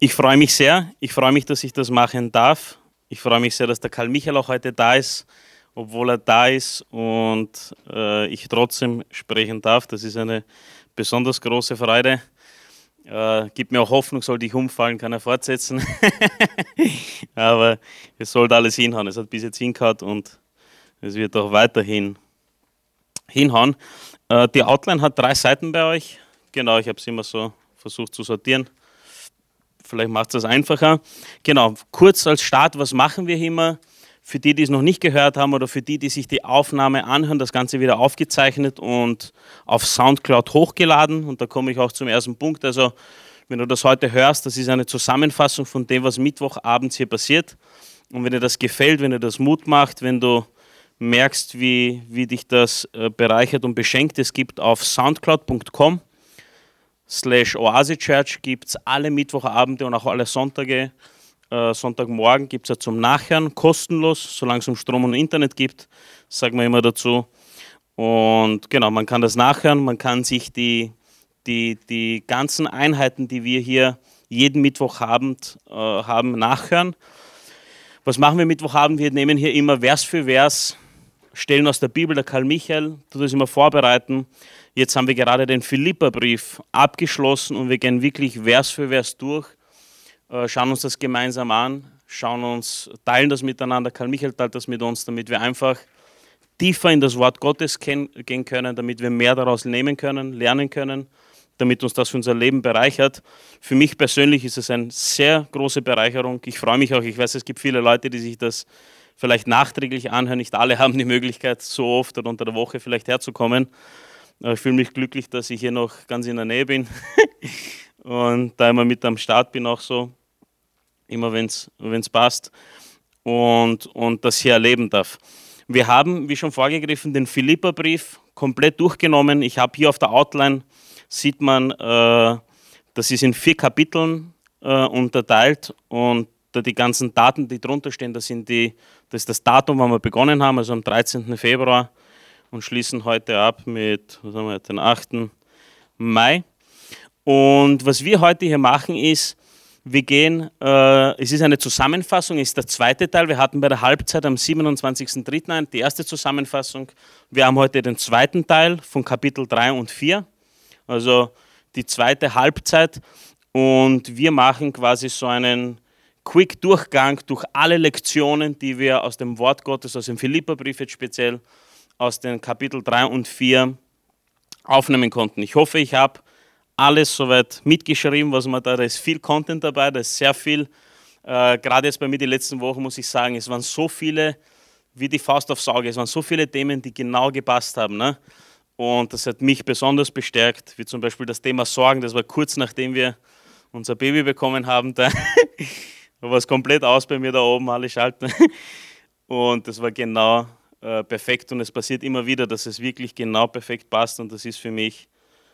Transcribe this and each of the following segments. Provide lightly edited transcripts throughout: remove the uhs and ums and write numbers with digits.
Ich freue mich sehr. Ich freue mich, dass ich das machen darf. Ich freue mich sehr, dass der Karl Michael auch heute da ist, obwohl er da ist und ich trotzdem sprechen darf. Das ist eine besonders große Freude. Gibt mir auch Hoffnung, sollte ich umfallen, kann er fortsetzen. Aber es sollte alles hinhauen. Es hat bis jetzt hingehauen und es wird auch weiterhin hinhauen. Die Outline hat 3 Seiten bei euch. Genau, ich habe es immer so versucht zu sortieren. Vielleicht macht es das einfacher. Genau, kurz als Start, was machen wir immer? Für die, die es noch nicht gehört haben oder für die, die sich die Aufnahme anhören, das Ganze wieder aufgezeichnet und auf Soundcloud hochgeladen. Und da komme ich auch zum ersten Punkt. Also, wenn du das heute hörst, das ist eine Zusammenfassung von dem, was Mittwochabends hier passiert. Und wenn dir das gefällt, wenn dir das Mut macht, wenn du merkst, wie dich das bereichert und beschenkt, es gibt auf soundcloud.com/Oasechurch gibt es alle Mittwochabende und auch alle Sonntage, Sonntagmorgen gibt es ja zum Nachhören, kostenlos, solange es um Strom und Internet gibt, sagen wir immer dazu. Und genau, man kann das nachhören, man kann sich die ganzen Einheiten, die wir hier jeden Mittwochabend haben, nachhören. Was machen wir Mittwochabend? Wir nehmen hier immer Vers für Vers Stellen aus der Bibel, der Karl Michael tut das immer vorbereiten. Jetzt haben wir gerade den Philipperbrief abgeschlossen und wir gehen wirklich Vers für Vers durch, schauen uns das gemeinsam an, teilen das miteinander. Karl Michael teilt das mit uns, damit wir einfach tiefer in das Wort Gottes gehen können, damit wir mehr daraus nehmen können, lernen können, damit uns das für unser Leben bereichert. Für mich persönlich ist es eine sehr große Bereicherung. Ich freue mich auch, ich weiß, es gibt viele Leute, die sich das vielleicht nachträglich anhören. Nicht alle haben die Möglichkeit, so oft oder unter der Woche vielleicht herzukommen. Ich fühle mich glücklich, dass ich hier noch ganz in der Nähe bin und da immer mit am Start bin, auch so, immer wenn es passt und das hier erleben darf. Wir haben, wie schon vorgegriffen, den Philipperbrief komplett durchgenommen. Ich habe hier auf der Outline, sieht man, das ist in 4 Kapiteln unterteilt und die ganzen Daten, die drunter stehen, das ist das Datum, wann wir begonnen haben, also am 13. Februar und schließen heute ab mit, den 8. Mai. Und was wir heute hier machen ist, wir gehen, es ist eine Zusammenfassung, ist der zweite Teil. Wir hatten bei der Halbzeit am 27.03. die erste Zusammenfassung. Wir haben heute den zweiten Teil von Kapitel 3 und 4, also die zweite Halbzeit. Und wir machen quasi so einen Quick-Durchgang durch alle Lektionen, die wir aus dem Wort Gottes, aus dem Philipperbrief jetzt speziell, aus den Kapitel 3 und 4 aufnehmen konnten. Ich hoffe, ich habe alles soweit mitgeschrieben, was man da ist viel Content dabei, da ist sehr viel. Gerade jetzt bei mir die letzten Wochen muss ich sagen, es waren so viele, wie die Faust aufs Auge, es waren so viele Themen, die genau gepasst haben. Ne? Und das hat mich besonders bestärkt, wie zum Beispiel das Thema Sorgen, das war kurz nachdem wir unser Baby bekommen haben, da war es komplett aus bei mir da oben, alle Schalten. Und das war genau perfekt und es passiert immer wieder, dass es wirklich genau perfekt passt und das ist für mich,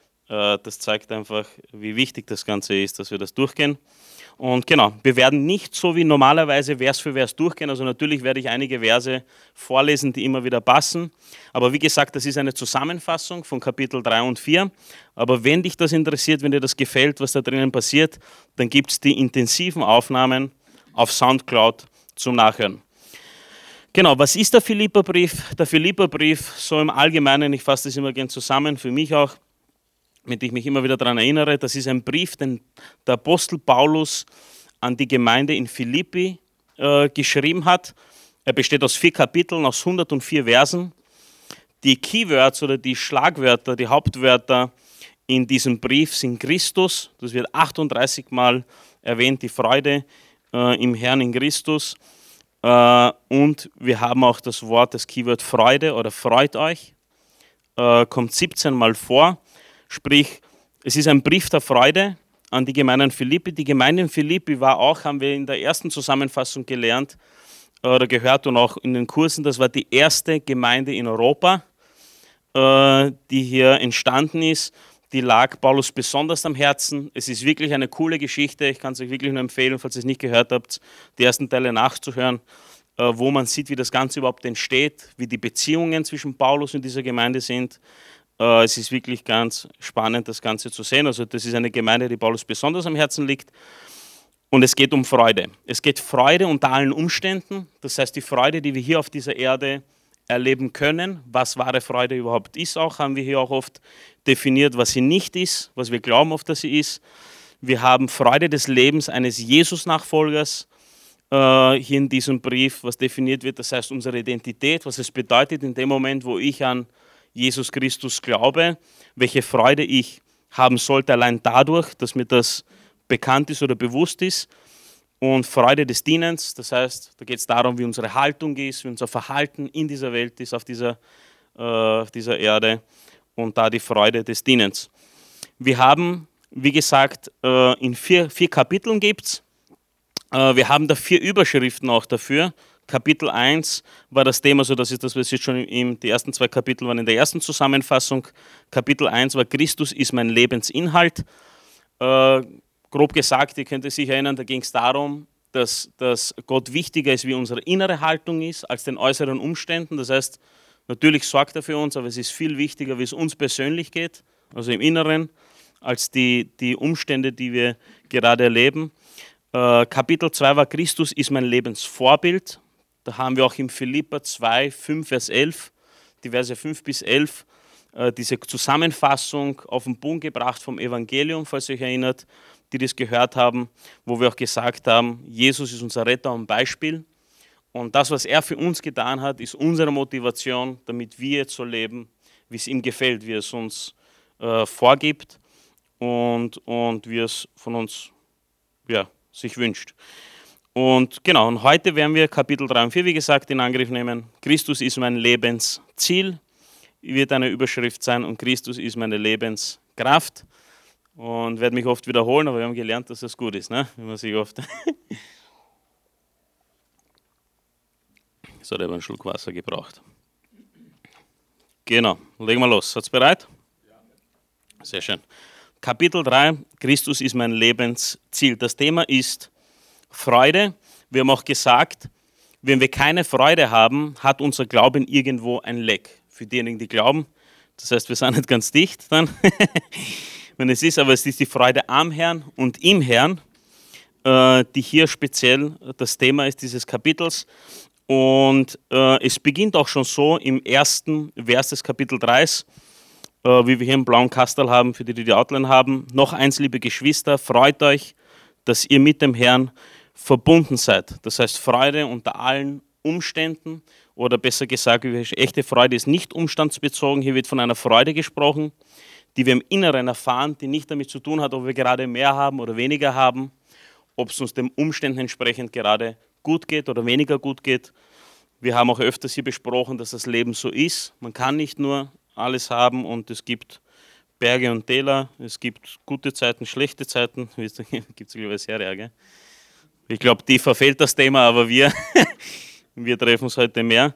das zeigt einfach, wie wichtig das Ganze ist, dass wir das durchgehen. Und genau, wir werden nicht so wie normalerweise Vers für Vers durchgehen, also natürlich werde ich einige Verse vorlesen, die immer wieder passen, aber wie gesagt, das ist eine Zusammenfassung von Kapitel 3 und 4, aber wenn dich das interessiert, wenn dir das gefällt, was da drinnen passiert, dann gibt es die intensiven Aufnahmen auf Soundcloud zum Nachhören. Genau, was ist der Philipperbrief? Der Philipperbrief, so im Allgemeinen, ich fasse das immer gerne zusammen, für mich auch, damit ich mich immer wieder daran erinnere, das ist ein Brief, den der Apostel Paulus an die Gemeinde in Philippi geschrieben hat. Er besteht aus 4 Kapiteln, aus 104 Versen. Die Keywords oder die Schlagwörter, die Hauptwörter in diesem Brief sind Christus, das wird 38 Mal erwähnt, die Freude im Herrn in Christus. Und wir haben auch das Wort, das Keyword Freude oder freut euch, kommt 17 Mal vor. Sprich, es ist ein Brief der Freude an die Gemeinde in Philippi. Die Gemeinde in Philippi war auch, haben wir in der ersten Zusammenfassung gelernt oder gehört und auch in den Kursen, das war die erste Gemeinde in Europa, die hier entstanden ist. Die lag Paulus besonders am Herzen. Es ist wirklich eine coole Geschichte. Ich kann es euch wirklich nur empfehlen, falls ihr es nicht gehört habt, die ersten Teile nachzuhören, wo man sieht, wie das Ganze überhaupt entsteht, wie die Beziehungen zwischen Paulus und dieser Gemeinde sind. Es ist wirklich ganz spannend, das Ganze zu sehen. Also das ist eine Gemeinde, die Paulus besonders am Herzen liegt. Und es geht um Freude. Es geht Freude unter allen Umständen. Das heißt, die Freude, die wir hier auf dieser Erde erleben können, was wahre Freude überhaupt ist, auch haben wir hier auch oft definiert, was sie nicht ist, was wir glauben oft, dass sie ist. Wir haben Freude des Lebens eines Jesus-Nachfolgers hier in diesem Brief, was definiert wird. Das heißt, unsere Identität, was es bedeutet in dem Moment, wo ich an Jesus Christus glaube, welche Freude ich haben sollte, allein dadurch, dass mir das bekannt ist oder bewusst ist. Und Freude des Dienens, das heißt, da geht es darum, wie unsere Haltung ist, wie unser Verhalten in dieser Welt ist, auf dieser Erde, und da die Freude des Dienens. Wir haben, wie gesagt, in vier Kapiteln gibt es. Wir haben da 4 Überschriften auch dafür. Kapitel 1 war das Thema, so das ist das, was jetzt schon die ersten 2 Kapitel waren in der ersten Zusammenfassung. Kapitel 1 war Christus ist mein Lebensinhalt. Grob gesagt, ihr könnt es sich erinnern, da ging es darum, dass Gott wichtiger ist, wie unsere innere Haltung ist, als den äußeren Umständen. Das heißt, natürlich sorgt er für uns, aber es ist viel wichtiger, wie es uns persönlich geht, also im Inneren, als die Umstände, die wir gerade erleben. Kapitel 2 war Christus ist mein Lebensvorbild. Da haben wir auch im Philipper 2, 5, Vers 11, die Verse 5 bis 11, diese Zusammenfassung auf den Punkt gebracht vom Evangelium, falls ihr euch erinnert, die das gehört haben, wo wir auch gesagt haben, Jesus ist unser Retter und Beispiel. Und das, was er für uns getan hat, ist unsere Motivation, damit wir jetzt so leben, wie es ihm gefällt, wie es uns vorgibt und wie es von uns sich wünscht. Und genau, und heute werden wir Kapitel 3 und 4, wie gesagt, in Angriff nehmen. Christus ist mein Lebensziel, wird eine Überschrift sein, und Christus ist meine Lebenskraft. Und werde mich oft wiederholen, aber wir haben gelernt, dass das gut ist, ne? Wenn man sich oft. So, der hat einen Schluck Wasser gebraucht. Genau, legen wir los. Seid ihr bereit? Ja. Sehr schön. Kapitel 3, Christus ist mein Lebensziel. Das Thema ist Freude. Wir haben auch gesagt, wenn wir keine Freude haben, hat unser Glauben irgendwo ein Leck. Für diejenigen, die glauben, das heißt, wir sind nicht ganz dicht dann. Wenn es ist, aber es ist die Freude am Herrn und im Herrn, die hier speziell das Thema ist dieses Kapitels. Und es beginnt auch schon so im ersten Vers des Kapitel 3, wie wir hier im blauen Kastel haben, für die die Outline haben. Noch eins, liebe Geschwister, freut euch, dass ihr mit dem Herrn verbunden seid. Das heißt, Freude unter allen Umständen, oder besser gesagt, echte Freude ist nicht umstandsbezogen. Hier wird von einer Freude gesprochen, die wir im Inneren erfahren, die nicht damit zu tun hat, ob wir gerade mehr haben oder weniger haben, ob es uns den Umständen entsprechend gerade gut geht oder weniger gut geht. Wir haben auch öfters hier besprochen, dass das Leben so ist. Man kann nicht nur alles haben, und es gibt Berge und Täler, es gibt gute Zeiten, schlechte Zeiten. Gibt es eine Serie, gell? Ich glaube, die verfehlt das Thema, aber wir treffen uns heute mehr.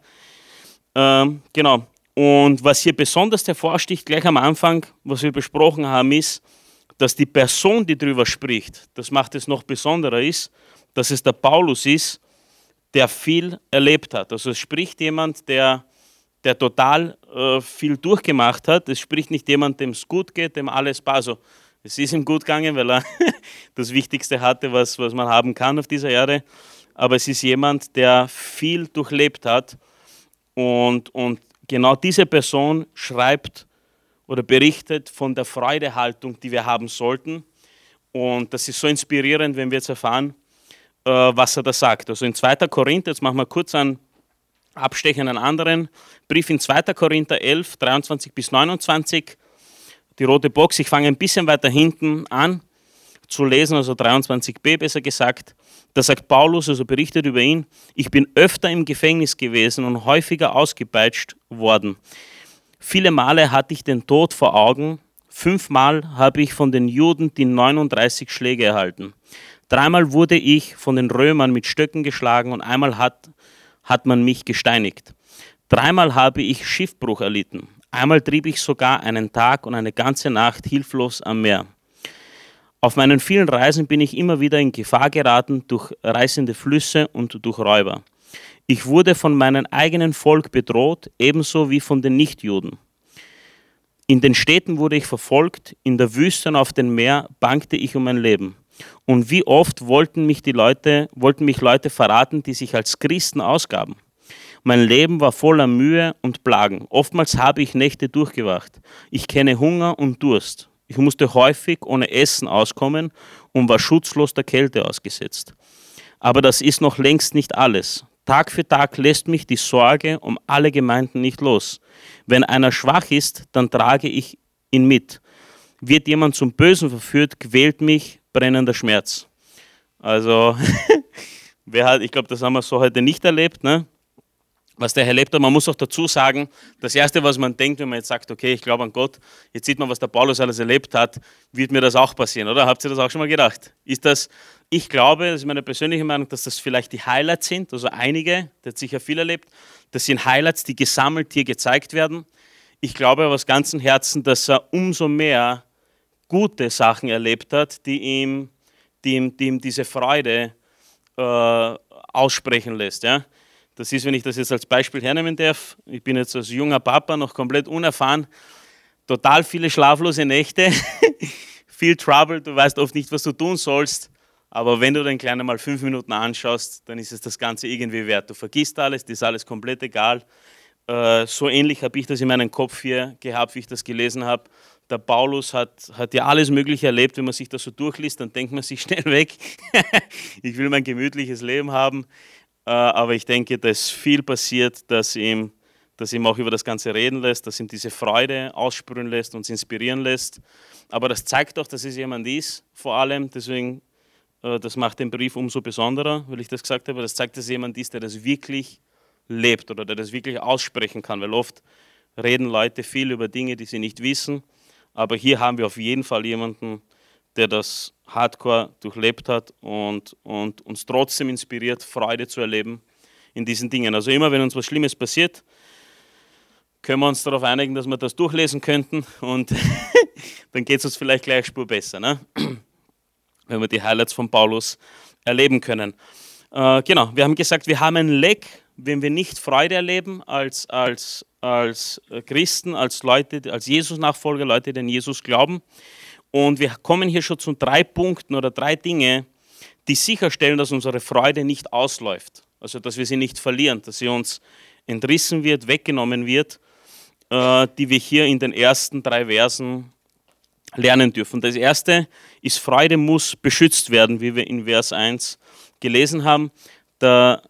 Genau. Und was hier besonders hervorsticht, gleich am Anfang, was wir besprochen haben, ist, dass die Person, die darüber spricht, das macht es noch besonderer, ist, dass es der Paulus ist, der viel erlebt hat. Also es spricht jemand, der total viel durchgemacht hat. Es spricht nicht jemand, dem es gut geht, dem alles passt. Also es ist ihm gut gegangen, weil er das Wichtigste hatte, was man haben kann auf dieser Erde. Aber es ist jemand, der viel durchlebt hat, und genau diese Person schreibt oder berichtet von der Freudehaltung, die wir haben sollten. Und das ist so inspirierend, wenn wir jetzt erfahren, was er da sagt. Also in 2. Korinther, jetzt machen wir kurz einen Abstecher in einen anderen Brief, in 2. Korinther 11, 23 bis 29, die rote Box. Ich fange ein bisschen weiter hinten an zu lesen, also 23b besser gesagt. Da sagt Paulus, also berichtet über ihn: Ich bin öfter im Gefängnis gewesen und häufiger ausgepeitscht worden. Viele Male hatte ich den Tod vor Augen. 5-mal habe ich von den Juden die 39 Schläge erhalten. 3-mal wurde ich von den Römern mit Stöcken geschlagen, und einmal hat man mich gesteinigt. 3-mal habe ich Schiffbruch erlitten. Einmal trieb ich sogar einen Tag und eine ganze Nacht hilflos am Meer. Auf meinen vielen Reisen bin ich immer wieder in Gefahr geraten durch reißende Flüsse und durch Räuber. Ich wurde von meinem eigenen Volk bedroht, ebenso wie von den Nichtjuden. In den Städten wurde ich verfolgt, in der Wüste und auf dem Meer bangte ich um mein Leben. Und wie oft wollten mich Leute verraten, die sich als Christen ausgaben. Mein Leben war voller Mühe und Plagen. Oftmals habe ich Nächte durchgewacht. Ich kenne Hunger und Durst. Ich musste häufig ohne Essen auskommen und war schutzlos der Kälte ausgesetzt. Aber das ist noch längst nicht alles. Tag für Tag lässt mich die Sorge um alle Gemeinden nicht los. Wenn einer schwach ist, dann trage ich ihn mit. Wird jemand zum Bösen verführt, quält mich brennender Schmerz. Also, ich glaube, das haben wir so heute nicht erlebt, ne? Was der erlebt hat. Man muss auch dazu sagen, das Erste, was man denkt, wenn man jetzt sagt, okay, ich glaube an Gott, jetzt sieht man, was der Paulus alles erlebt hat, wird mir das auch passieren, oder? Habt ihr das auch schon mal gedacht? Ich glaube, das ist meine persönliche Meinung, dass das vielleicht die Highlights sind, also einige, der hat sicher viel erlebt, das sind Highlights, die gesammelt hier gezeigt werden. Ich glaube aber aus ganzem Herzen, dass er umso mehr gute Sachen erlebt hat, die ihm diese Freude aussprechen lässt, ja. Das ist, wenn ich das jetzt als Beispiel hernehmen darf, ich bin jetzt als junger Papa noch komplett unerfahren, total viele schlaflose Nächte, viel Trouble, du weißt oft nicht, was du tun sollst, aber wenn du den Kleinen mal 5 Minuten anschaust, dann ist es das Ganze irgendwie wert. Du vergisst alles, dir ist alles komplett egal. So ähnlich habe ich das in meinem Kopf hier gehabt, wie ich das gelesen habe. Der Paulus hat ja alles Mögliche erlebt, wenn man sich das so durchliest, dann denkt man sich schnell weg. Ich will mein gemütliches Leben haben. Aber ich denke, da ist viel passiert, das ihm auch über das Ganze reden lässt, das ihm diese Freude aussprühen lässt, uns inspirieren lässt. Aber das zeigt doch, dass es jemand ist, vor allem. Deswegen, das macht den Brief umso besonderer, weil ich das gesagt habe. Das zeigt, dass es jemand ist, der das wirklich lebt oder der das wirklich aussprechen kann. Weil oft reden Leute viel über Dinge, die sie nicht wissen. Aber hier haben wir auf jeden Fall jemanden, der das hardcore durchlebt hat und uns trotzdem inspiriert, Freude zu erleben in diesen Dingen. Also immer, wenn uns was Schlimmes passiert, können wir uns darauf einigen, dass wir das durchlesen könnten und dann geht es uns vielleicht gleich Spur besser, ne? Wenn wir die Highlights von Paulus erleben können. Genau, wir haben gesagt, wir haben ein Leck, wenn wir nicht Freude erleben als Christen, als Leute, als Jesus-Nachfolger, Leute, die an Jesus glauben. Und wir kommen hier schon zu 3 Punkten oder 3 Dinge, die sicherstellen, dass unsere Freude nicht ausläuft. Also, dass wir sie nicht verlieren, dass sie uns entrissen wird, weggenommen wird, die wir hier in den ersten 3 Versen lernen dürfen. Das erste ist, Freude muss beschützt werden, wie wir in Vers 1 gelesen haben. Da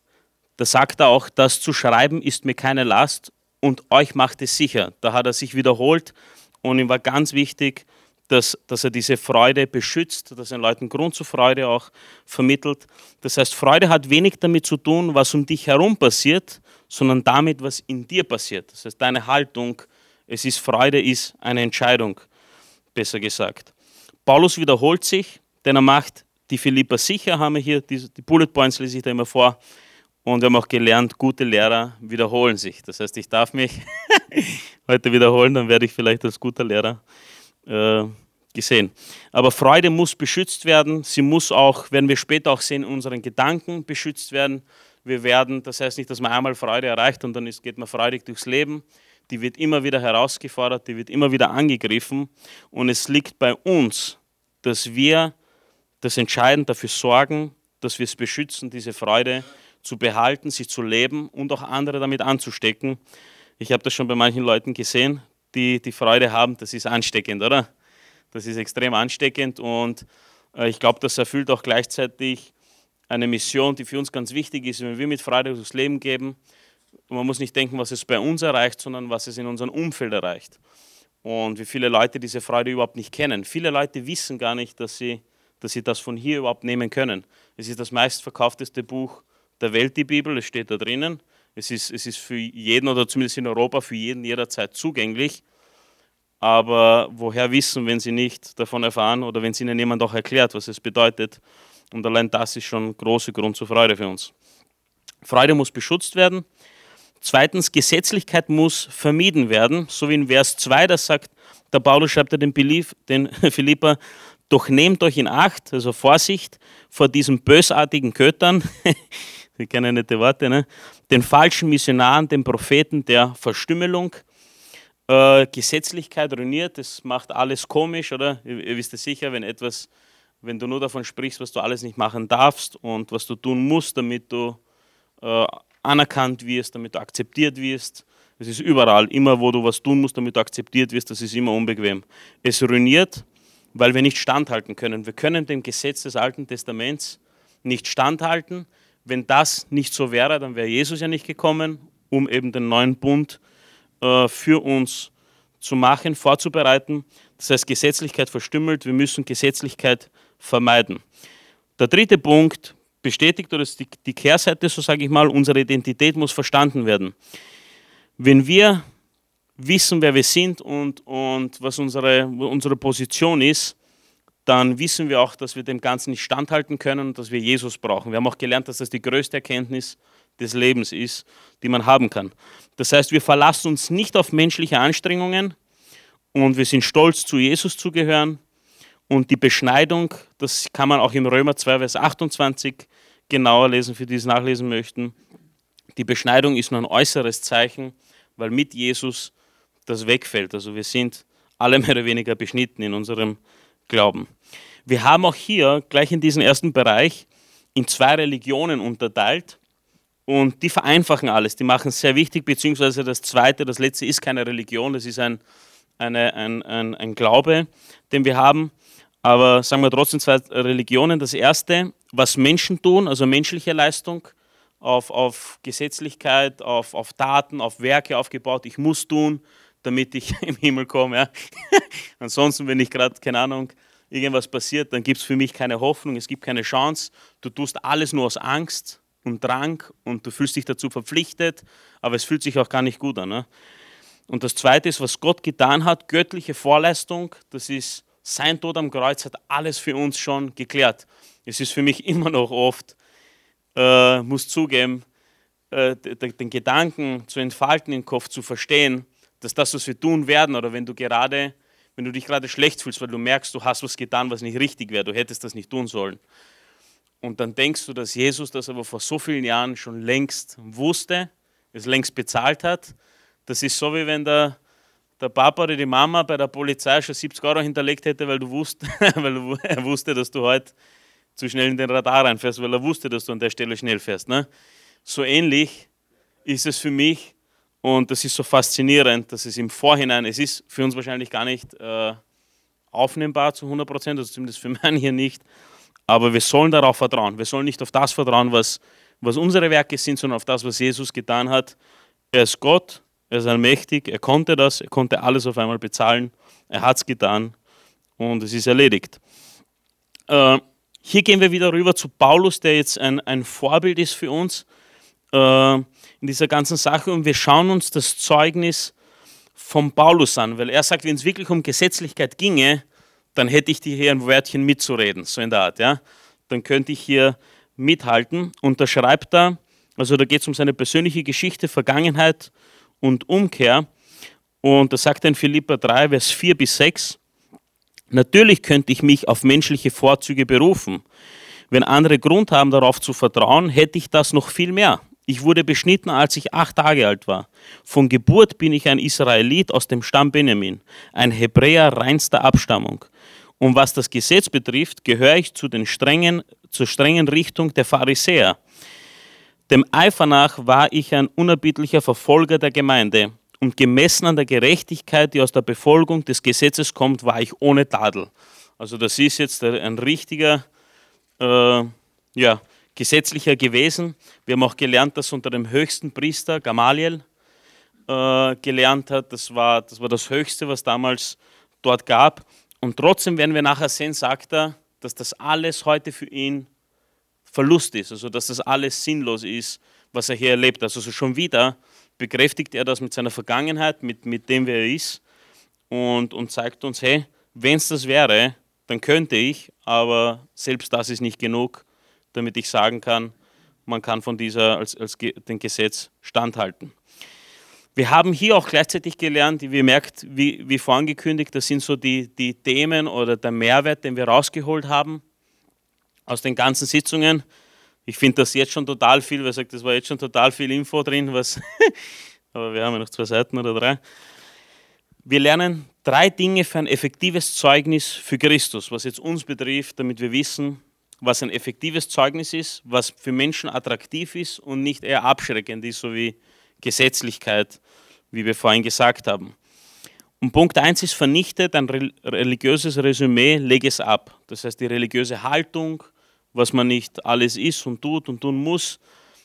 sagt er auch, das zu schreiben ist mir keine Last und euch macht es sicher. Da hat er sich wiederholt und ihm war ganz wichtig, dass er diese Freude beschützt, dass er den Leuten Grund zur Freude auch vermittelt. Das heißt, Freude hat wenig damit zu tun, was um dich herum passiert, sondern damit, was in dir passiert. Das heißt, deine Haltung, Freude ist eine Entscheidung, besser gesagt. Paulus wiederholt sich, denn er macht die Philipper sicher, haben wir hier, die Bullet Points lese ich da immer vor. Und wir haben auch gelernt, gute Lehrer wiederholen sich. Das heißt, ich darf mich heute wiederholen, dann werde ich vielleicht als guter Lehrer gesehen. Aber Freude muss beschützt werden. Sie muss auch, werden wir später auch sehen, in unseren Gedanken beschützt werden. Das heißt nicht, dass man einmal Freude erreicht und dann geht man freudig durchs Leben. Die wird immer wieder herausgefordert, die wird immer wieder angegriffen. Und es liegt bei uns, dass wir das entscheidend dafür sorgen, dass wir es beschützen, diese Freude zu behalten, sie zu leben und auch andere damit anzustecken. Ich habe das schon bei manchen Leuten gesehen, die Freude haben, das ist ansteckend, oder? Das ist extrem ansteckend und ich glaube, das erfüllt auch gleichzeitig eine Mission, die für uns ganz wichtig ist, wenn wir mit Freude durchs Leben geben. Man muss nicht denken, was es bei uns erreicht, sondern was es in unserem Umfeld erreicht. Und wie viele Leute diese Freude überhaupt nicht kennen. Viele Leute wissen gar nicht, dass sie das von hier überhaupt nehmen können. Es ist das meistverkaufteste Buch der Welt, die Bibel, es steht da drinnen. Es ist für jeden, oder zumindest in Europa, für jeden jederzeit zugänglich. Aber woher wissen, wenn sie nicht davon erfahren oder wenn es ihnen jemand auch erklärt, was es bedeutet? Und allein das ist schon ein großer Grund zur Freude für uns. Freude muss beschützt werden. Zweitens, Gesetzlichkeit muss vermieden werden. So wie in Vers 2, das sagt, der Paulus schreibt den Philipper, doch nehmt euch in Acht, also Vorsicht vor diesen bösartigen Kötern, wir kennen nette Worte, ne? Den falschen Missionaren, den Propheten der Verstümmelung. Gesetzlichkeit ruiniert, das macht alles komisch, oder? Ihr wisst es sicher, wenn etwas wenn du nur davon sprichst, was du alles nicht machen darfst und was du tun musst, damit du anerkannt wirst, damit du akzeptiert wirst. Es ist überall, immer wo du was tun musst, damit du akzeptiert wirst, das ist immer unbequem. Es ruiniert, weil wir nicht standhalten können. Wir können dem Gesetz des Alten Testaments nicht standhalten. Wenn das nicht so wäre, dann wäre Jesus ja nicht gekommen, um eben den neuen Bund für uns zu machen, vorzubereiten. Das heißt, Gesetzlichkeit verstümmelt, wir müssen Gesetzlichkeit vermeiden. Der dritte Punkt bestätigt, oder ist die Kehrseite, so sage ich mal, unsere Identität muss verstanden werden. Wenn wir wissen, wer wir sind und was unsere Position ist, dann wissen wir auch, dass wir dem Ganzen nicht standhalten können und dass wir Jesus brauchen. Wir haben auch gelernt, dass das die größte Erkenntnis des Lebens ist, die man haben kann. Das heißt, wir verlassen uns nicht auf menschliche Anstrengungen und wir sind stolz, zu Jesus zu gehören. Und die Beschneidung, das kann man auch im Römer 2, Vers 28 genauer lesen, für die es nachlesen möchten. Die Beschneidung ist nur ein äußeres Zeichen, weil mit Jesus das wegfällt. Also wir sind alle mehr oder weniger beschnitten in unserem Glauben. Wir haben auch hier gleich in diesem ersten Bereich in 2 Religionen unterteilt und die vereinfachen alles. Die machen es sehr wichtig, beziehungsweise das letzte ist keine Religion, das ist ein Glaube, den wir haben. Aber sagen wir trotzdem 2 Religionen. Das erste, was Menschen tun, also menschliche Leistung, auf Gesetzlichkeit, auf Taten, auf Werke aufgebaut. Ich muss tun, damit ich im Himmel komme. Ja. Ansonsten, wenn nicht gerade, keine Ahnung, irgendwas passiert, dann gibt es für mich keine Hoffnung, es gibt keine Chance. Du tust alles nur aus Angst und Drang und du fühlst dich dazu verpflichtet, aber es fühlt sich auch gar nicht gut an. Ne? Und das Zweite ist, was Gott getan hat, göttliche Vorleistung, das ist sein Tod am Kreuz, hat alles für uns schon geklärt. Es ist für mich immer noch oft, muss zugeben, den Gedanken zu entfalten im Kopf, zu verstehen, dass das, was wir tun werden, oder wenn du dich gerade schlecht fühlst, weil du merkst, du hast was getan, was nicht richtig wäre, du hättest das nicht tun sollen. Und dann denkst du, dass Jesus das aber vor so vielen Jahren schon längst wusste, es längst bezahlt hat. Das ist so, wie wenn der Papa oder die Mama bei der Polizei schon 70 Euro hinterlegt hätte, weil er wusste, dass du heute zu schnell in den Radar reinfährst, weil er wusste, dass du an der Stelle schnell fährst. Ne? So ähnlich ist es für mich und das ist so faszinierend, dass es im Vorhinein, es ist für uns wahrscheinlich gar nicht aufnehmbar zu 100%, also zumindest für meinen hier nicht, aber wir sollen darauf vertrauen. Wir sollen nicht auf das vertrauen, was unsere Werke sind, sondern auf das, was Jesus getan hat. Er ist Gott, er ist allmächtig, er konnte alles auf einmal bezahlen, er hat es getan und es ist erledigt. Hier gehen wir wieder rüber zu Paulus, der jetzt ein Vorbild ist für uns in dieser ganzen Sache und wir schauen uns das Zeugnis von Paulus an, weil er sagt, wenn es wirklich um Gesetzlichkeit ginge, dann hätte ich hier ein Wörtchen mitzureden, so in der Art. Ja? Dann könnte ich hier mithalten und da schreibt er, also da geht es um seine persönliche Geschichte, Vergangenheit und Umkehr und da sagt er in Philipper 3, Vers 4 bis 6, natürlich könnte ich mich auf menschliche Vorzüge berufen. Wenn andere Grund haben, darauf zu vertrauen, hätte ich das noch viel mehr. Ich wurde beschnitten, als ich 8 Tage alt war. Von Geburt bin ich ein Israelit aus dem Stamm Benjamin, ein Hebräer reinster Abstammung. Und was das Gesetz betrifft, gehöre ich zur strengen Richtung der Pharisäer. Dem Eifer nach war ich ein unerbittlicher Verfolger der Gemeinde. Und gemessen an der Gerechtigkeit, die aus der Befolgung des Gesetzes kommt, war ich ohne Tadel. Also das ist jetzt ein richtiger gesetzlicher gewesen. Wir haben auch gelernt, dass unter dem höchsten Priester Gamaliel gelernt hat. Das war das Höchste, was damals dort gab. Und trotzdem werden wir nachher sehen, sagt er, dass das alles heute für ihn Verlust ist. Also dass das alles sinnlos ist, was er hier erlebt. Also schon wieder bekräftigt er das mit seiner Vergangenheit, mit dem, wer er ist und zeigt uns, hey, wenn es das wäre, dann könnte ich, aber selbst das ist nicht genug, damit ich sagen kann, man kann von dem Gesetz standhalten. Wir haben hier auch gleichzeitig gelernt, wie ihr merkt, wie vorangekündigt, das sind so die Themen oder der Mehrwert, den wir rausgeholt haben aus den ganzen Sitzungen. Ich finde das jetzt schon total viel, weil sagt, das war jetzt schon total viel Info drin, aber wir haben ja noch 2 Seiten oder 3. Wir lernen 3 Dinge für ein effektives Zeugnis für Christus, was jetzt uns betrifft, damit wir wissen, was ein effektives Zeugnis ist, was für Menschen attraktiv ist und nicht eher abschreckend ist, so wie Gesetzlichkeit, wie wir vorhin gesagt haben. Und Punkt 1 ist, vernichte dein religiöses Resümee, lege es ab. Das heißt, die religiöse Haltung, was man nicht alles ist und tun muss.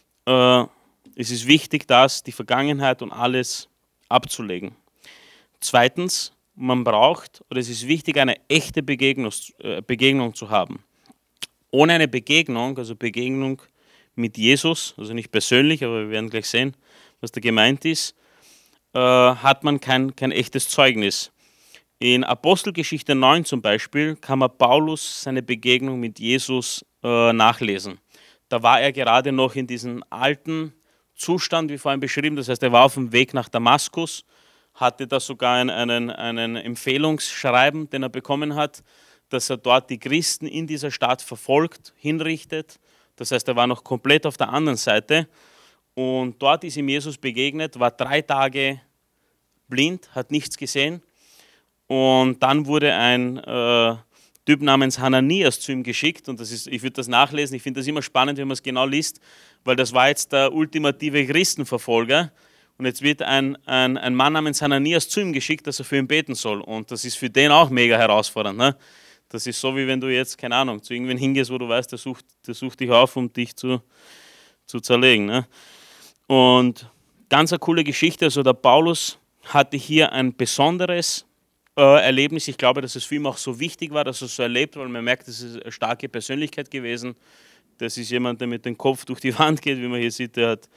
Es ist wichtig, die Vergangenheit und alles abzulegen. Zweitens, man braucht, oder es ist wichtig, eine echte Begegnung zu haben. Ohne eine Begegnung, also Begegnung mit Jesus, also nicht persönlich, aber wir werden gleich sehen, was da gemeint ist, hat man kein echtes Zeugnis. In Apostelgeschichte 9 zum Beispiel kann man Paulus seine Begegnung mit Jesus nachlesen. Da war er gerade noch in diesem alten Zustand, wie vorhin beschrieben, das heißt, er war auf dem Weg nach Damaskus, hatte da sogar einen Empfehlungsschreiben, den er bekommen hat, dass er dort die Christen in dieser Stadt verfolgt, hinrichtet. Das heißt, er war noch komplett auf der anderen Seite. Und dort ist ihm Jesus begegnet, war 3 Tage blind, hat nichts gesehen. Und dann wurde ein Typ namens Hananias zu ihm geschickt. Und ich würde das nachlesen, ich finde das immer spannend, wenn man es genau liest, weil das war jetzt der ultimative Christenverfolger. Und jetzt wird ein Mann namens Hananias zu ihm geschickt, dass er für ihn beten soll. Und das ist für den auch mega herausfordernd. Ne? Das ist so, wie wenn du jetzt, keine Ahnung, zu irgendwen hingehst, wo du weißt, der sucht dich auf, um dich zu zerlegen. Ne? Und ganz eine coole Geschichte, also der Paulus hatte hier ein besonderes Erlebnis. Ich glaube, dass es für ihn auch so wichtig war, dass er es so erlebt, weil man merkt, das ist eine starke Persönlichkeit gewesen. Das ist jemand, der mit dem Kopf durch die Wand geht, wie man hier sieht,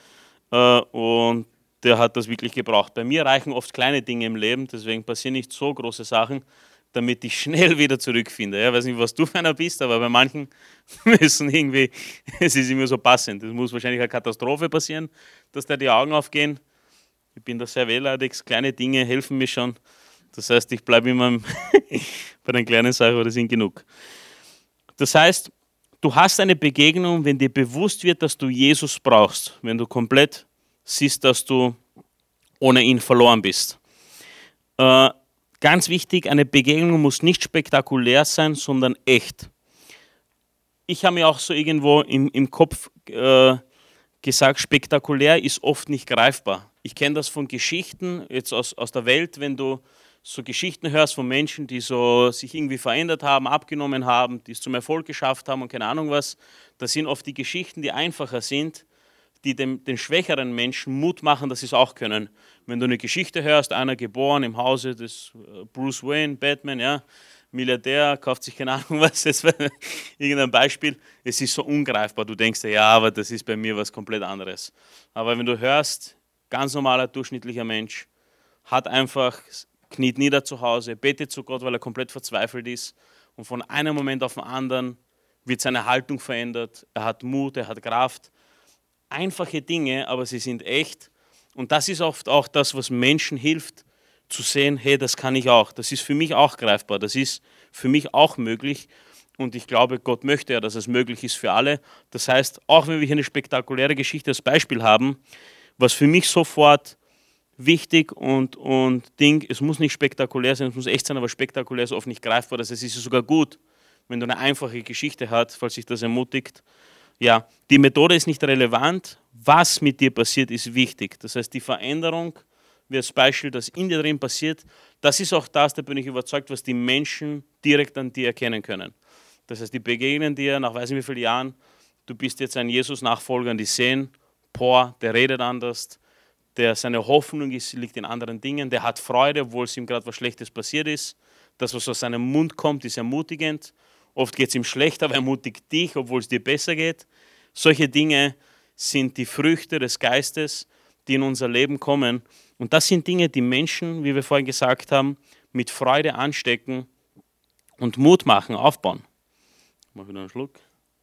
und der hat das wirklich gebraucht. Bei mir reichen oft kleine Dinge im Leben, deswegen passieren nicht so große Sachen, damit ich schnell wieder zurückfinde. Ich weiß nicht, was du für einer bist, aber bei manchen müssen irgendwie, es ist immer so passend. Es muss wahrscheinlich eine Katastrophe passieren, dass da die Augen aufgehen. Ich bin da sehr wehleidig, kleine Dinge helfen mir schon. Das heißt, ich bleibe immer bei den kleinen Sachen, aber das sind genug. Das heißt, du hast eine Begegnung, wenn dir bewusst wird, dass du Jesus brauchst, wenn du komplett siehst, dass du ohne ihn verloren bist. Ganz wichtig, eine Begegnung muss nicht spektakulär sein, sondern echt. Ich habe mir auch so irgendwo im Kopf gesagt, spektakulär ist oft nicht greifbar. Ich kenne das von Geschichten, jetzt aus der Welt, wenn du so Geschichten hörst von Menschen, die so sich irgendwie verändert haben, abgenommen haben, die es zum Erfolg geschafft haben und keine Ahnung was. Das sind oft die Geschichten, die einfacher sind, die den schwächeren Menschen Mut machen, dass sie es auch können. Wenn du eine Geschichte hörst, einer geboren im Hause des Bruce Wayne, Batman, ja, Milliardär, kauft sich keine Ahnung was, das war irgendein Beispiel, es ist so ungreifbar. Du denkst dir, ja, aber das ist bei mir was komplett anderes. Aber wenn du hörst, ganz normaler, durchschnittlicher Mensch, hat einfach, kniet nieder zu Hause, betet zu Gott, weil er komplett verzweifelt ist und von einem Moment auf den anderen wird seine Haltung verändert, er hat Mut, er hat Kraft. Einfache Dinge, aber sie sind echt. Und das ist oft auch das, was Menschen hilft, zu sehen, hey, das kann ich auch. Das ist für mich auch greifbar. Das ist für mich auch möglich. Und ich glaube, Gott möchte ja, dass es möglich ist für alle. Das heißt, auch wenn wir hier eine spektakuläre Geschichte als Beispiel haben, was für mich sofort wichtig und Ding, es muss nicht spektakulär sein, es muss echt sein, aber spektakulär ist oft nicht greifbar. Das heißt, es ist sogar gut, wenn du eine einfache Geschichte hast, falls sich das ermutigt. Ja, die Methode ist nicht relevant, was mit dir passiert, ist wichtig. Das heißt, die Veränderung, wie das Beispiel, das in dir drin passiert, das ist auch das, da bin ich überzeugt, was die Menschen direkt an dir erkennen können. Das heißt, die begegnen dir nach weiß nicht wie vielen Jahren, du bist jetzt ein Jesus-Nachfolger und die sehen, boah, der redet anders, seine Hoffnung liegt in anderen Dingen, der hat Freude, obwohl es ihm gerade was Schlechtes passiert ist. Das, was aus seinem Mund kommt, ist ermutigend. Oft geht es ihm schlecht, aber er ermutigt dich, obwohl es dir besser geht. Solche Dinge sind die Früchte des Geistes, die in unser Leben kommen. Und das sind Dinge, die Menschen, wie wir vorhin gesagt haben, mit Freude anstecken und Mut machen, aufbauen. Ich mache wieder einen Schluck.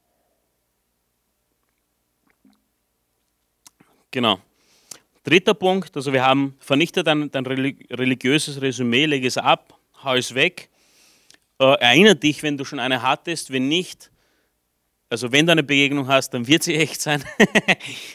Genau. Dritter Punkt, also wir haben vernichtet dein religiöses Resümee, leg es ab, hau es weg. Erinnere dich, wenn du schon eine hattest, wenn nicht, also wenn du eine Begegnung hast, dann wird sie echt sein.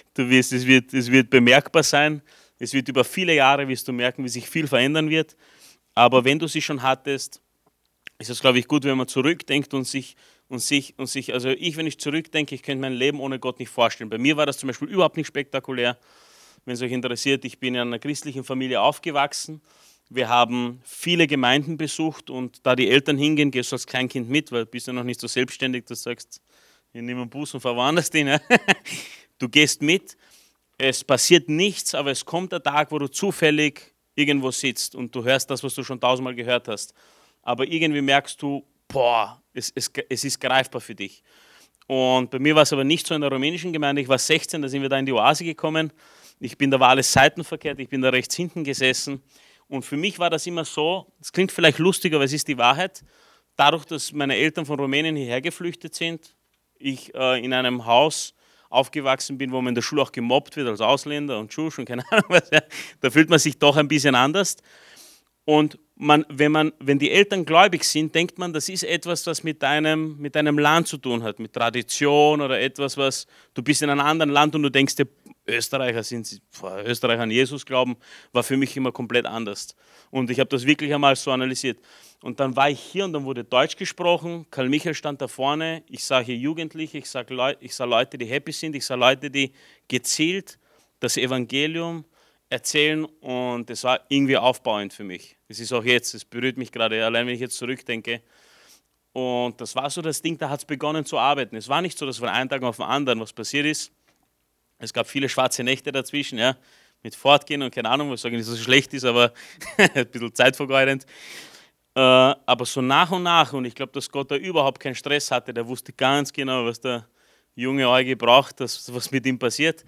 Es wird bemerkbar sein. Es wird über viele Jahre, wirst du merken, wie sich viel verändern wird. Aber wenn du sie schon hattest, ist es, glaube ich, gut, wenn man zurückdenkt und sich, also ich, wenn ich zurückdenke, ich könnte mein Leben ohne Gott nicht vorstellen. Bei mir war das zum Beispiel überhaupt nicht spektakulär. Wenn es euch interessiert, ich bin in einer christlichen Familie aufgewachsen. Wir haben viele Gemeinden besucht und da die Eltern hingehen, gehst du als Kleinkind mit, weil du bist ja noch nicht so selbstständig, dass du sagst, ich nehme einen Bus und fahre woanders hin. Ja? Du gehst mit, es passiert nichts, aber es kommt der Tag, wo du zufällig irgendwo sitzt und du hörst das, was du schon tausendmal gehört hast. Aber irgendwie merkst du, boah, es ist greifbar für dich. Und bei mir war es aber nicht so in der rumänischen Gemeinde. Ich war 16, da sind wir da in die Oase gekommen. Da war alles seitenverkehrt, ich bin da rechts hinten gesessen. Und für mich war das immer so, das klingt vielleicht lustig, aber es ist die Wahrheit, dadurch, dass meine Eltern von Rumänien hierher geflüchtet sind, ich in einem Haus aufgewachsen bin, wo man in der Schule auch gemobbt wird als Ausländer und Tschusch und keine Ahnung was, ja, da fühlt man sich doch ein bisschen anders. Und wenn die Eltern gläubig sind, denkt man, das ist etwas, was mit deinem Land zu tun hat, mit Tradition oder etwas, was du bist in einem anderen Land und du denkst dir, Österreicher an Jesus glauben, war für mich immer komplett anders. Und ich habe das wirklich einmal so analysiert. Und dann war ich hier und dann wurde Deutsch gesprochen, Karl Michael stand da vorne, ich sah hier Jugendliche, ich sah Leute, die happy sind, ich sah Leute, die gezielt das Evangelium erzählen und es war irgendwie aufbauend für mich. Es ist auch jetzt, es berührt mich gerade, allein wenn ich jetzt zurückdenke. Und das war so das Ding, da hat es begonnen zu arbeiten. Es war nicht so, dass von einem Tag auf den anderen was passiert ist. Es gab viele schwarze Nächte dazwischen, ja, mit Fortgehen und keine Ahnung, was sagen nicht, dass es schlecht ist, aber ein bisschen zeitvergeudend. Aber so nach und nach, und ich glaube, dass Gott da überhaupt keinen Stress hatte, der wusste ganz genau, was der junge Euge braucht, was mit ihm passiert,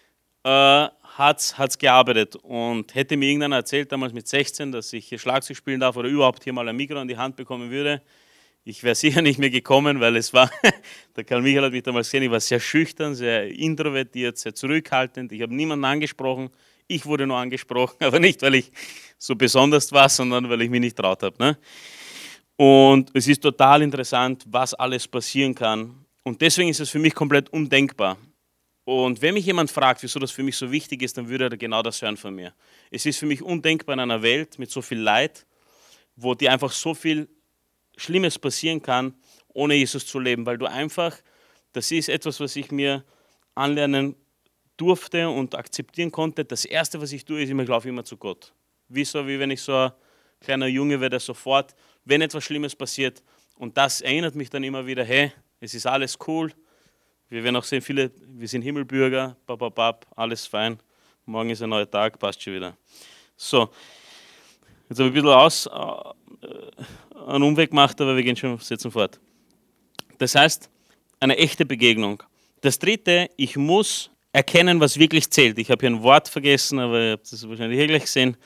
hat's gearbeitet. Und hätte mir irgendeiner erzählt, damals mit 16, dass ich hier Schlagzeug spielen darf oder überhaupt hier mal ein Mikro in die Hand bekommen würde, ich wäre sicher nicht mehr gekommen, weil es war, der Karl Michael hat mich damals gesehen, ich war sehr schüchtern, sehr introvertiert, sehr zurückhaltend, ich habe niemanden angesprochen, ich wurde nur angesprochen, aber nicht, weil ich so besonders war, sondern weil ich mich nicht traut habe. Ne? Und es ist total interessant, was alles passieren kann. Und deswegen ist es für mich komplett undenkbar. Und wenn mich jemand fragt, wieso das für mich so wichtig ist, dann würde er genau das hören von mir. Es ist für mich undenkbar in einer Welt mit so viel Leid, wo dir einfach so viel Schlimmes passieren kann, ohne Jesus zu leben, weil du einfach, das ist etwas, was ich mir anlernen durfte und akzeptieren konnte. Das Erste, was ich tue, ist, ich laufe immer zu Gott. Wie wenn ich so ein kleiner Junge wäre, der sofort, wenn etwas Schlimmes passiert, und das erinnert mich dann immer wieder, hey, es ist alles cool, wir werden auch sehen, wir sind Himmelbürger, alles fein, morgen ist ein neuer Tag, passt schon wieder. So, jetzt habe ich ein bisschen einen Umweg gemacht, aber wir gehen schon, setzen fort. Das heißt, eine echte Begegnung. Das Dritte, ich muss erkennen, was wirklich zählt. Ich habe hier ein Wort vergessen, aber ihr habt das wahrscheinlich hier gleich gesehen.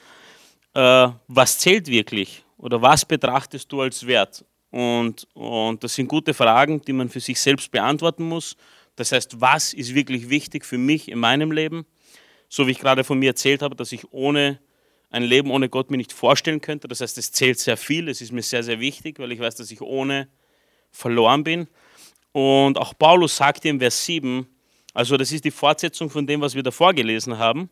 Was zählt wirklich? Oder was betrachtest du als Wert? Und das sind gute Fragen, die man für sich selbst beantworten muss. Das heißt, was ist wirklich wichtig für mich in meinem Leben? So wie ich gerade von mir erzählt habe, dass ich ein Leben ohne Gott mir nicht vorstellen könnte. Das heißt, es zählt sehr viel, es ist mir sehr, sehr wichtig, weil ich weiß, dass ich ohne verloren bin. Und auch Paulus sagt im Vers 7, also das ist die Fortsetzung von dem, was wir davor gelesen haben,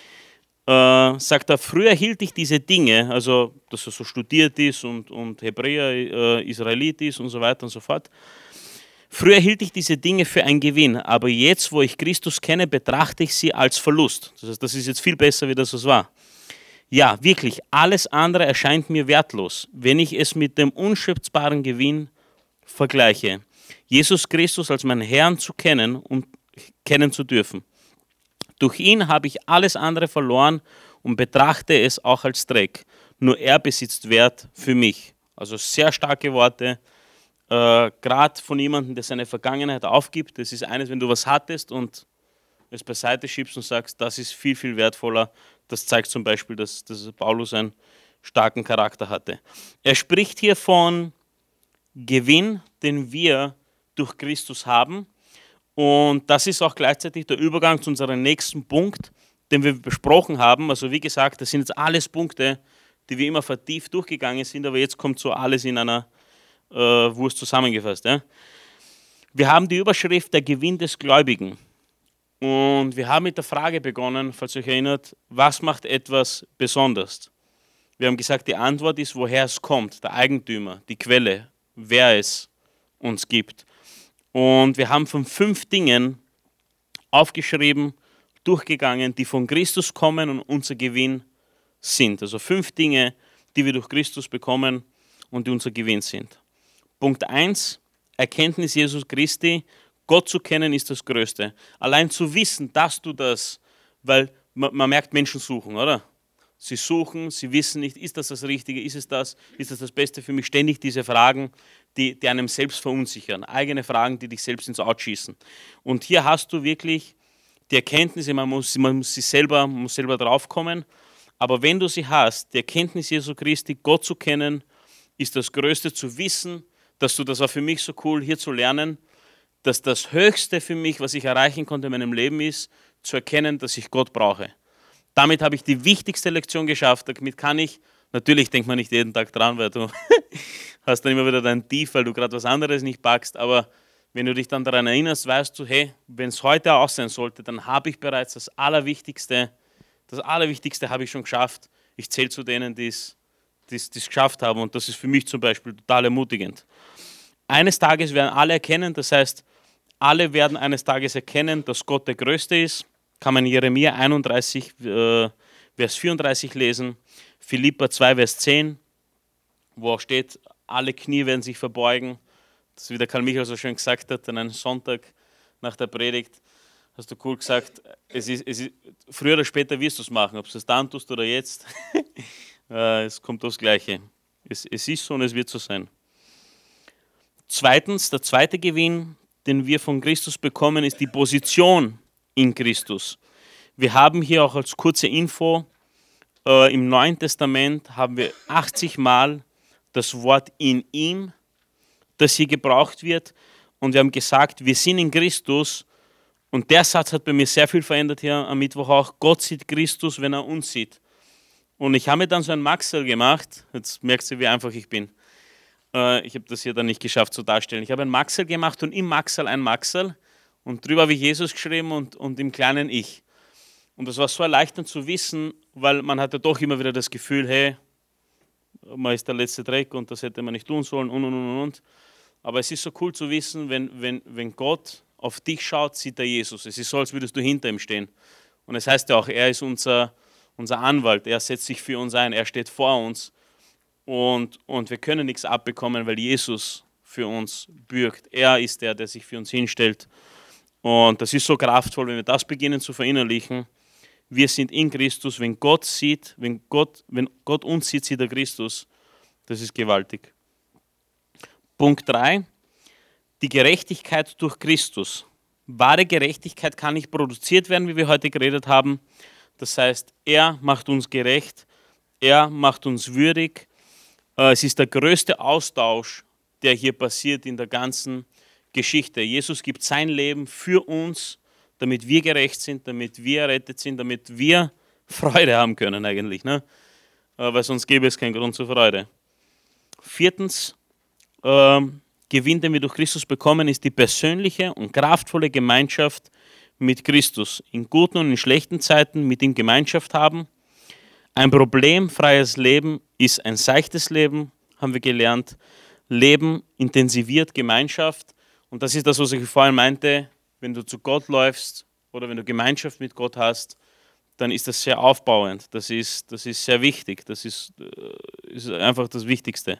sagt er, früher hielt ich diese Dinge, also dass er so studiert ist und Hebräer, Israelit ist und so weiter und so fort, früher hielt ich diese Dinge für einen Gewinn, aber jetzt, wo ich Christus kenne, betrachte ich sie als Verlust. Das heißt, das ist jetzt viel besser, wie das war. Ja, wirklich, alles andere erscheint mir wertlos, wenn ich es mit dem unschätzbaren Gewinn vergleiche. Jesus Christus als meinen Herrn zu kennen und kennen zu dürfen. Durch ihn habe ich alles andere verloren und betrachte es auch als Dreck. Nur er besitzt Wert für mich. Also sehr starke Worte, gerade von jemandem, der seine Vergangenheit aufgibt. Das ist eines, wenn du was hattest und es beiseite schiebst und sagst, das ist viel, viel wertvoller. Das zeigt zum Beispiel, dass Paulus einen starken Charakter hatte. Er spricht hier von Gewinn, den wir durch Christus haben. Und das ist auch gleichzeitig der Übergang zu unserem nächsten Punkt, den wir besprochen haben. Also wie gesagt, das sind jetzt alles Punkte, die wir immer vertieft durchgegangen sind, aber jetzt kommt so alles in einer Wurst zusammengefasst. Ja? Wir haben die Überschrift der Gewinn des Gläubigen. Und wir haben mit der Frage begonnen, falls ihr euch erinnert, was macht etwas besonders? Wir haben gesagt, die Antwort ist, woher es kommt, der Eigentümer, die Quelle, wer es uns gibt. Und wir haben von 5 Dingen aufgeschrieben, durchgegangen, die von Christus kommen und unser Gewinn sind. Also 5 Dinge, die wir durch Christus bekommen und die unser Gewinn sind. Punkt 1, Erkenntnis Jesus Christi. Gott zu kennen ist das Größte. Allein zu wissen, dass du das, weil man merkt, Menschen suchen, oder? Sie suchen, sie wissen nicht, ist das das Richtige, ist es das, ist das das Beste für mich? Ständig diese Fragen, die einem selbst verunsichern. Eigene Fragen, die dich selbst ins Out schießen. Und hier hast du wirklich die Erkenntnisse, man muss selber draufkommen. Aber wenn du sie hast, die Erkenntnis Jesu Christi, Gott zu kennen, ist das Größte zu wissen, dass das war für mich so cool, hier zu lernen, dass das Höchste für mich, was ich erreichen konnte in meinem Leben ist, zu erkennen, dass ich Gott brauche. Damit habe ich die wichtigste Lektion geschafft. Damit kann ich, natürlich denkt man nicht jeden Tag dran, weil du hast dann immer wieder dein Tief, weil du gerade was anderes nicht packst, aber wenn du dich dann daran erinnerst, weißt du, hey, wenn es heute auch sein sollte, dann habe ich bereits das Allerwichtigste habe ich schon geschafft. Ich zähle zu denen, die es geschafft haben und das ist für mich zum Beispiel total ermutigend. Eines Tages werden alle erkennen, das heißt, alle werden eines Tages erkennen, dass Gott der Größte ist. Kann man in Jeremia 31, Vers 34 lesen, Philipper 2, Vers 10, wo auch steht, alle Knie werden sich verbeugen. Das ist, wie der Karl Michael so schön gesagt hat, an einem Sonntag nach der Predigt, hast du cool gesagt, früher oder später wirst du es machen, ob du es dann tust oder jetzt, es kommt das Gleiche. Es ist so und es wird so sein. Zweitens, der zweite Gewinn, den wir von Christus bekommen, ist die Position in Christus. Wir haben hier auch als kurze Info, im Neuen Testament haben wir 80 Mal das Wort in ihm, das hier gebraucht wird. Und wir haben gesagt, wir sind in Christus. Und der Satz hat bei mir sehr viel verändert hier am Mittwoch auch. Gott sieht Christus, wenn er uns sieht. Und ich habe mir dann so ein Maxel gemacht. Jetzt merkst du, wie einfach ich bin. Ich habe das hier dann nicht geschafft zu darstellen. Ich habe ein Maxel gemacht und im Maxel ein Maxel. Und drüber habe ich Jesus geschrieben und im kleinen Ich. Und das war so erleichternd zu wissen, weil man hatte doch immer wieder das Gefühl, hey, man ist der letzte Dreck und das hätte man nicht tun sollen und. Aber es ist so cool zu wissen, wenn Gott auf dich schaut, sieht er Jesus. Es ist so, als würdest du hinter ihm stehen. Und es heißt ja auch, er ist unser Anwalt, er setzt sich für uns ein, er steht vor uns. Und wir können nichts abbekommen, weil Jesus für uns bürgt. Er ist der sich für uns hinstellt. Und das ist so kraftvoll, wenn wir das beginnen zu verinnerlichen. Wir sind in Christus. Wenn Gott uns sieht, sieht er Christus. Das ist gewaltig. Punkt 3. Die Gerechtigkeit durch Christus. Wahre Gerechtigkeit kann nicht produziert werden, wie wir heute geredet haben. Das heißt, er macht uns gerecht. Er macht uns würdig. Es ist der größte Austausch, der hier passiert in der ganzen Geschichte. Jesus gibt sein Leben für uns, damit wir gerecht sind, damit wir errettet sind, damit wir Freude haben können eigentlich. Ne? Weil sonst gäbe es keinen Grund zur Freude. Viertens, Gewinn, den wir durch Christus bekommen, ist die persönliche und kraftvolle Gemeinschaft mit Christus. In guten und in schlechten Zeiten mit ihm Gemeinschaft haben. Ein problemfreies Leben ist ein seichtes Leben, haben wir gelernt. Leben intensiviert Gemeinschaft. Und das ist das, was ich vorhin meinte, wenn du zu Gott läufst oder wenn du Gemeinschaft mit Gott hast, dann ist das sehr aufbauend. Das ist sehr wichtig. Das ist einfach das Wichtigste.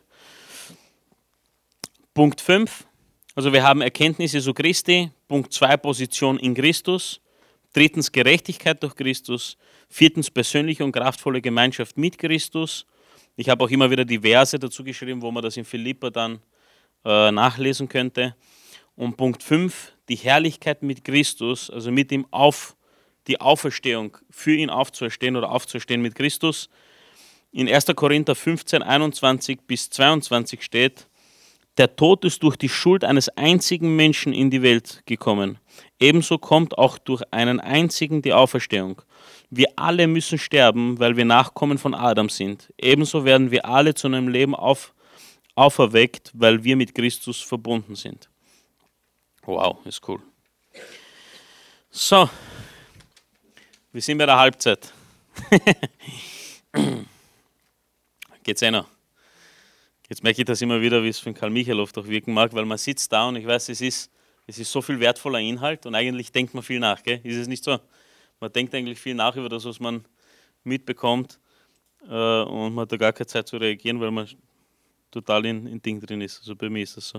Punkt 5, also wir haben Erkenntnis Jesu Christi. Punkt 2, Position in Christus. Drittens, Gerechtigkeit durch Christus. Viertens, persönliche und kraftvolle Gemeinschaft mit Christus. Ich habe auch immer wieder die Verse dazu geschrieben, wo man das in Philipper dann nachlesen könnte. Und Punkt 5, die Herrlichkeit mit Christus, also mit ihm die Auferstehung, für ihn aufzuerstehen oder aufzuerstehen mit Christus. In 1. Korinther 15, 21 bis 22 steht, der Tod ist durch die Schuld eines einzigen Menschen in die Welt gekommen. Ebenso kommt auch durch einen einzigen die Auferstehung. Wir alle müssen sterben, weil wir Nachkommen von Adam sind. Ebenso werden wir alle zu einem Leben auferweckt, weil wir mit Christus verbunden sind. Wow, ist cool. So, wir sind bei der Halbzeit. geht's eh noch. Jetzt merke ich das immer wieder, wie es von Karl Michael oft auch wirken mag, weil man sitzt da und ich weiß, es ist so viel wertvoller Inhalt und eigentlich denkt man viel nach, gell? Ist es nicht so? Man denkt eigentlich viel nach über das, was man mitbekommt und man hat da gar keine Zeit zu reagieren, weil man total in Ding drin ist. Also bei mir ist das so.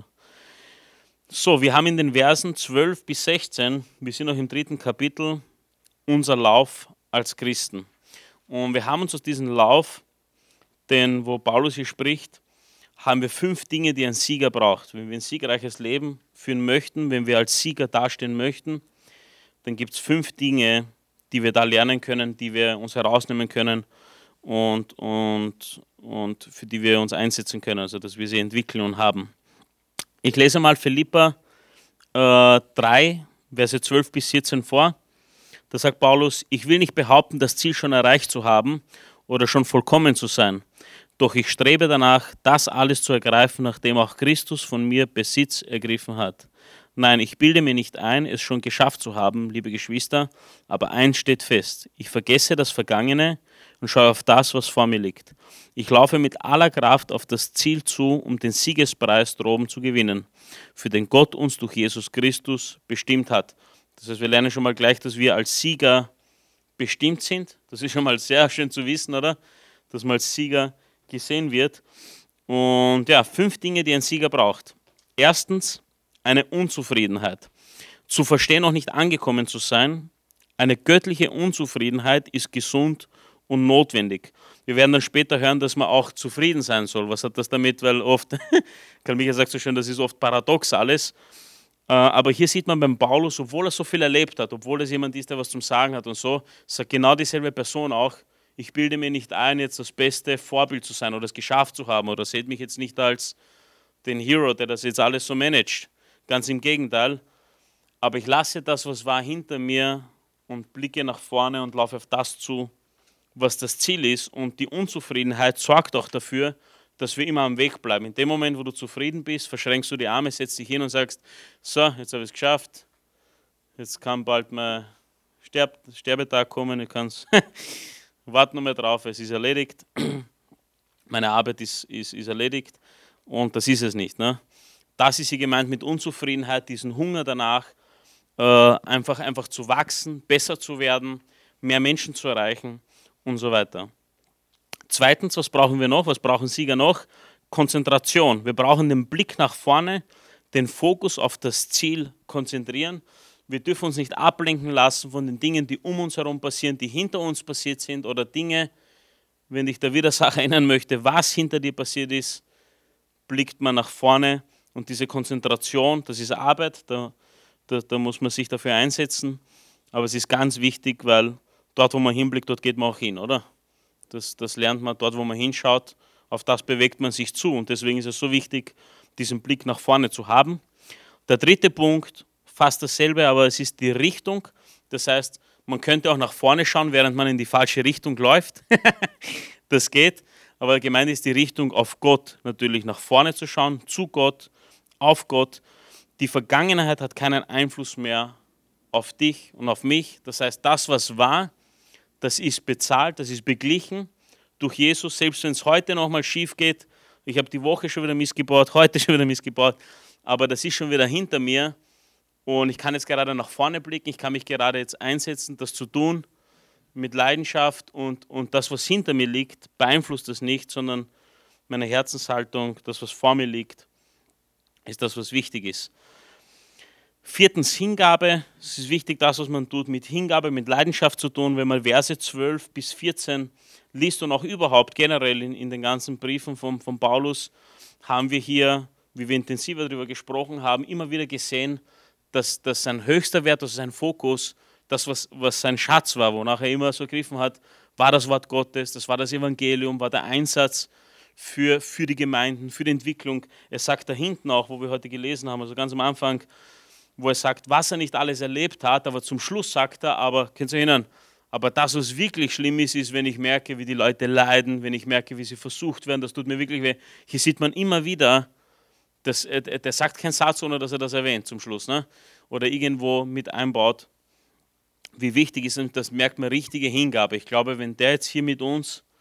So, wir haben in den Versen 12 bis 16, wir sind noch im 3. Kapitel, unser Lauf als Christen. Und wir haben uns aus diesem Lauf, wo Paulus hier spricht, haben wir 5 Dinge, die ein Sieger braucht. Wenn wir ein siegreiches Leben führen möchten, wenn wir als Sieger dastehen möchten, dann gibt es 5 Dinge, die wir da lernen können, die wir uns herausnehmen können und für die wir uns einsetzen können, also dass wir sie entwickeln und haben. Ich lese mal Philipper 3, Verse 12 bis 14 vor. Da sagt Paulus, ich will nicht behaupten, das Ziel schon erreicht zu haben oder schon vollkommen zu sein. Doch ich strebe danach, das alles zu ergreifen, nachdem auch Christus von mir Besitz ergriffen hat. Nein, ich bilde mir nicht ein, es schon geschafft zu haben, liebe Geschwister, aber eins steht fest, ich vergesse das Vergangene und schaue auf das, was vor mir liegt. Ich laufe mit aller Kraft auf das Ziel zu, um den Siegespreis droben zu gewinnen, für den Gott uns durch Jesus Christus bestimmt hat. Das heißt, wir lernen schon mal gleich, dass wir als Sieger bestimmt sind. Das ist schon mal sehr schön zu wissen, oder? Dass man als Sieger gesehen wird. Und ja, 5 Dinge, die ein Sieger braucht. Erstens, eine Unzufriedenheit. Zu verstehen, noch nicht angekommen zu sein. Eine göttliche Unzufriedenheit ist gesund und notwendig. Wir werden dann später hören, dass man auch zufrieden sein soll. Was hat das damit? Weil oft, Karl Michael sagt so schön, das ist oft paradox alles. Aber hier sieht man beim Paulus, obwohl er so viel erlebt hat, obwohl es jemand ist, der was zum Sagen hat und so, sagt genau dieselbe Person auch, ich bilde mir nicht ein, jetzt das beste Vorbild zu sein oder es geschafft zu haben oder seht mich jetzt nicht als den Hero, der das jetzt alles so managt. Ganz im Gegenteil. Aber ich lasse das, was war, hinter mir und blicke nach vorne und laufe auf das zu, was das Ziel ist. Und die Unzufriedenheit sorgt auch dafür, dass wir immer am Weg bleiben. In dem Moment, wo du zufrieden bist, verschränkst du die Arme, setzt dich hin und sagst, so, jetzt habe ich es geschafft, jetzt kann bald mein Sterbetag kommen, ich kann es warte noch mehr drauf, es ist erledigt, meine Arbeit ist erledigt und das ist es nicht. Ne? Das ist hier gemeint mit Unzufriedenheit, diesen Hunger danach, einfach zu wachsen, besser zu werden, mehr Menschen zu erreichen und so weiter. Zweitens, was brauchen wir noch? Was brauchen Sieger noch? Konzentration. Wir brauchen den Blick nach vorne, den Fokus auf das Ziel konzentrieren. Wir dürfen uns nicht ablenken lassen von den Dingen, die um uns herum passieren, die hinter uns passiert sind oder Dinge, wenn ich der Widersacher erinnern möchte, was hinter dir passiert ist, blickt man nach vorne und diese Konzentration, das ist Arbeit, da muss man sich dafür einsetzen, aber es ist ganz wichtig, weil dort, wo man hinblickt, dort geht man auch hin, oder? Das lernt man dort, wo man hinschaut, auf das bewegt man sich zu und deswegen ist es so wichtig, diesen Blick nach vorne zu haben. Der 3. Punkt, fast dasselbe, aber es ist die Richtung. Das heißt, man könnte auch nach vorne schauen, während man in die falsche Richtung läuft. Das geht, aber gemeint ist die Richtung auf Gott, natürlich nach vorne zu schauen, zu Gott, auf Gott. Die Vergangenheit hat keinen Einfluss mehr auf dich und auf mich. Das heißt, das, was war, das ist bezahlt, das ist beglichen durch Jesus, selbst wenn es heute nochmal schief geht. Ich habe die Woche schon wieder missgebaut, heute schon wieder missgebaut, aber das ist schon wieder hinter mir und ich kann jetzt gerade nach vorne blicken, ich kann mich gerade jetzt einsetzen, das zu tun mit Leidenschaft und das, was hinter mir liegt, beeinflusst das nicht, sondern meine Herzenshaltung, das, was vor mir liegt, ist das, was wichtig ist. 4. Hingabe. Es ist wichtig, das, was man tut, mit Hingabe, mit Leidenschaft zu tun. Wenn man Verse 12 bis 14 liest und auch überhaupt generell in den ganzen Briefen von Paulus, haben wir hier, wie wir intensiver darüber gesprochen haben, immer wieder gesehen, dass sein höchster Wert, also sein Fokus, das, was sein Schatz war, wonach er immer so gegriffen hat, war das Wort Gottes, das war das Evangelium, war der Einsatz für die Gemeinden, für die Entwicklung. Er sagt da hinten auch, wo wir heute gelesen haben, also ganz am Anfang, wo er sagt, was er nicht alles erlebt hat, aber zum Schluss sagt er, aber, könnt ihr euch erinnern, aber das, was wirklich schlimm ist, ist, wenn ich merke, wie die Leute leiden, wenn ich merke, wie sie versucht werden, das tut mir wirklich weh. Hier sieht man immer wieder, der sagt keinen Satz, ohne dass er das erwähnt zum Schluss, ne? Oder irgendwo mit einbaut, wie wichtig ist, und das merkt man, richtige Hingabe. Ich glaube, wenn der jetzt hier mit uns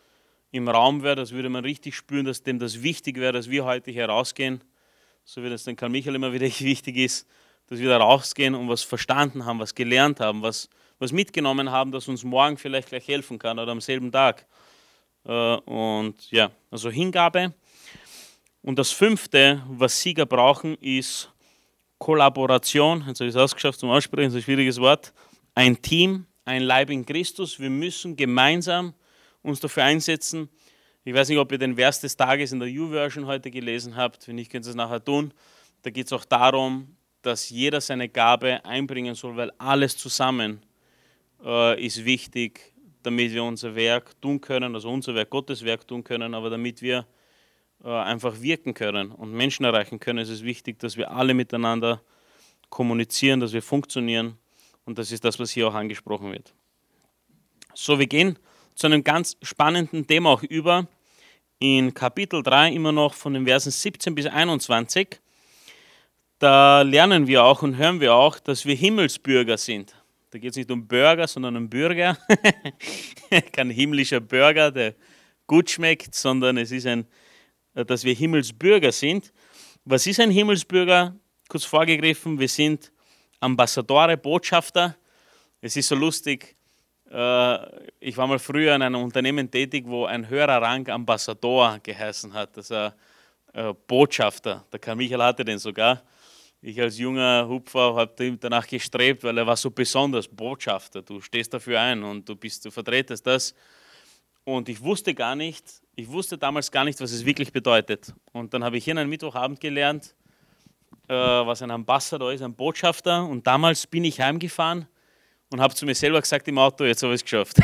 im Raum wäre, das würde man richtig spüren, dass dem das wichtig wäre, dass wir heute hier rausgehen, so wie das den Karl Michael immer wieder wichtig ist, dass wir da rausgehen und was verstanden haben, was gelernt haben, was mitgenommen haben, das uns morgen vielleicht gleich helfen kann oder am selben Tag. Und ja, also Hingabe. Und das fünfte, was Sieger brauchen, ist Kollaboration. Jetzt habe ich es ausgeschafft zum Aussprechen, das ist ein schwieriges Wort. Ein Team, ein Leib in Christus. Wir müssen gemeinsam uns dafür einsetzen. Ich weiß nicht, ob ihr den Vers des Tages in der U-Version heute gelesen habt. Wenn nicht, könnt ihr es nachher tun. Da geht es auch darum, dass jeder seine Gabe einbringen soll, weil alles zusammen ist wichtig, damit wir unser Werk tun können, also unser Werk, Gottes Werk tun können, aber damit wir einfach wirken können und Menschen erreichen können, ist es wichtig, dass wir alle miteinander kommunizieren, dass wir funktionieren, und das ist das, was hier auch angesprochen wird. So, wir gehen zu einem ganz spannenden Thema auch über, in Kapitel 3 immer noch von den Versen 17 bis 21. Da lernen wir auch und hören wir auch, dass wir Himmelsbürger sind. Da geht es nicht um Burger, sondern um Bürger. Kein himmlischer Burger, der gut schmeckt, sondern es ist dass wir Himmelsbürger sind. Was ist ein Himmelsbürger? Kurz vorgegriffen, wir sind Ambassadore, Botschafter. Es ist so lustig, ich war mal früher in einem Unternehmen tätig, wo ein höherer Rang Ambassador geheißen hat, also Botschafter. Der Karl Michael hatte den sogar. Ich als junger Hupfer habe danach gestrebt, weil er war so besonders, Botschafter. Du stehst dafür ein und du vertretest das. Und ich wusste damals gar nicht, was es wirklich bedeutet. Und dann habe ich hier einen Mittwochabend gelernt, was ein Ambassador ist, ein Botschafter. Und damals bin ich heimgefahren und habe zu mir selber gesagt im Auto, jetzt habe ich es geschafft.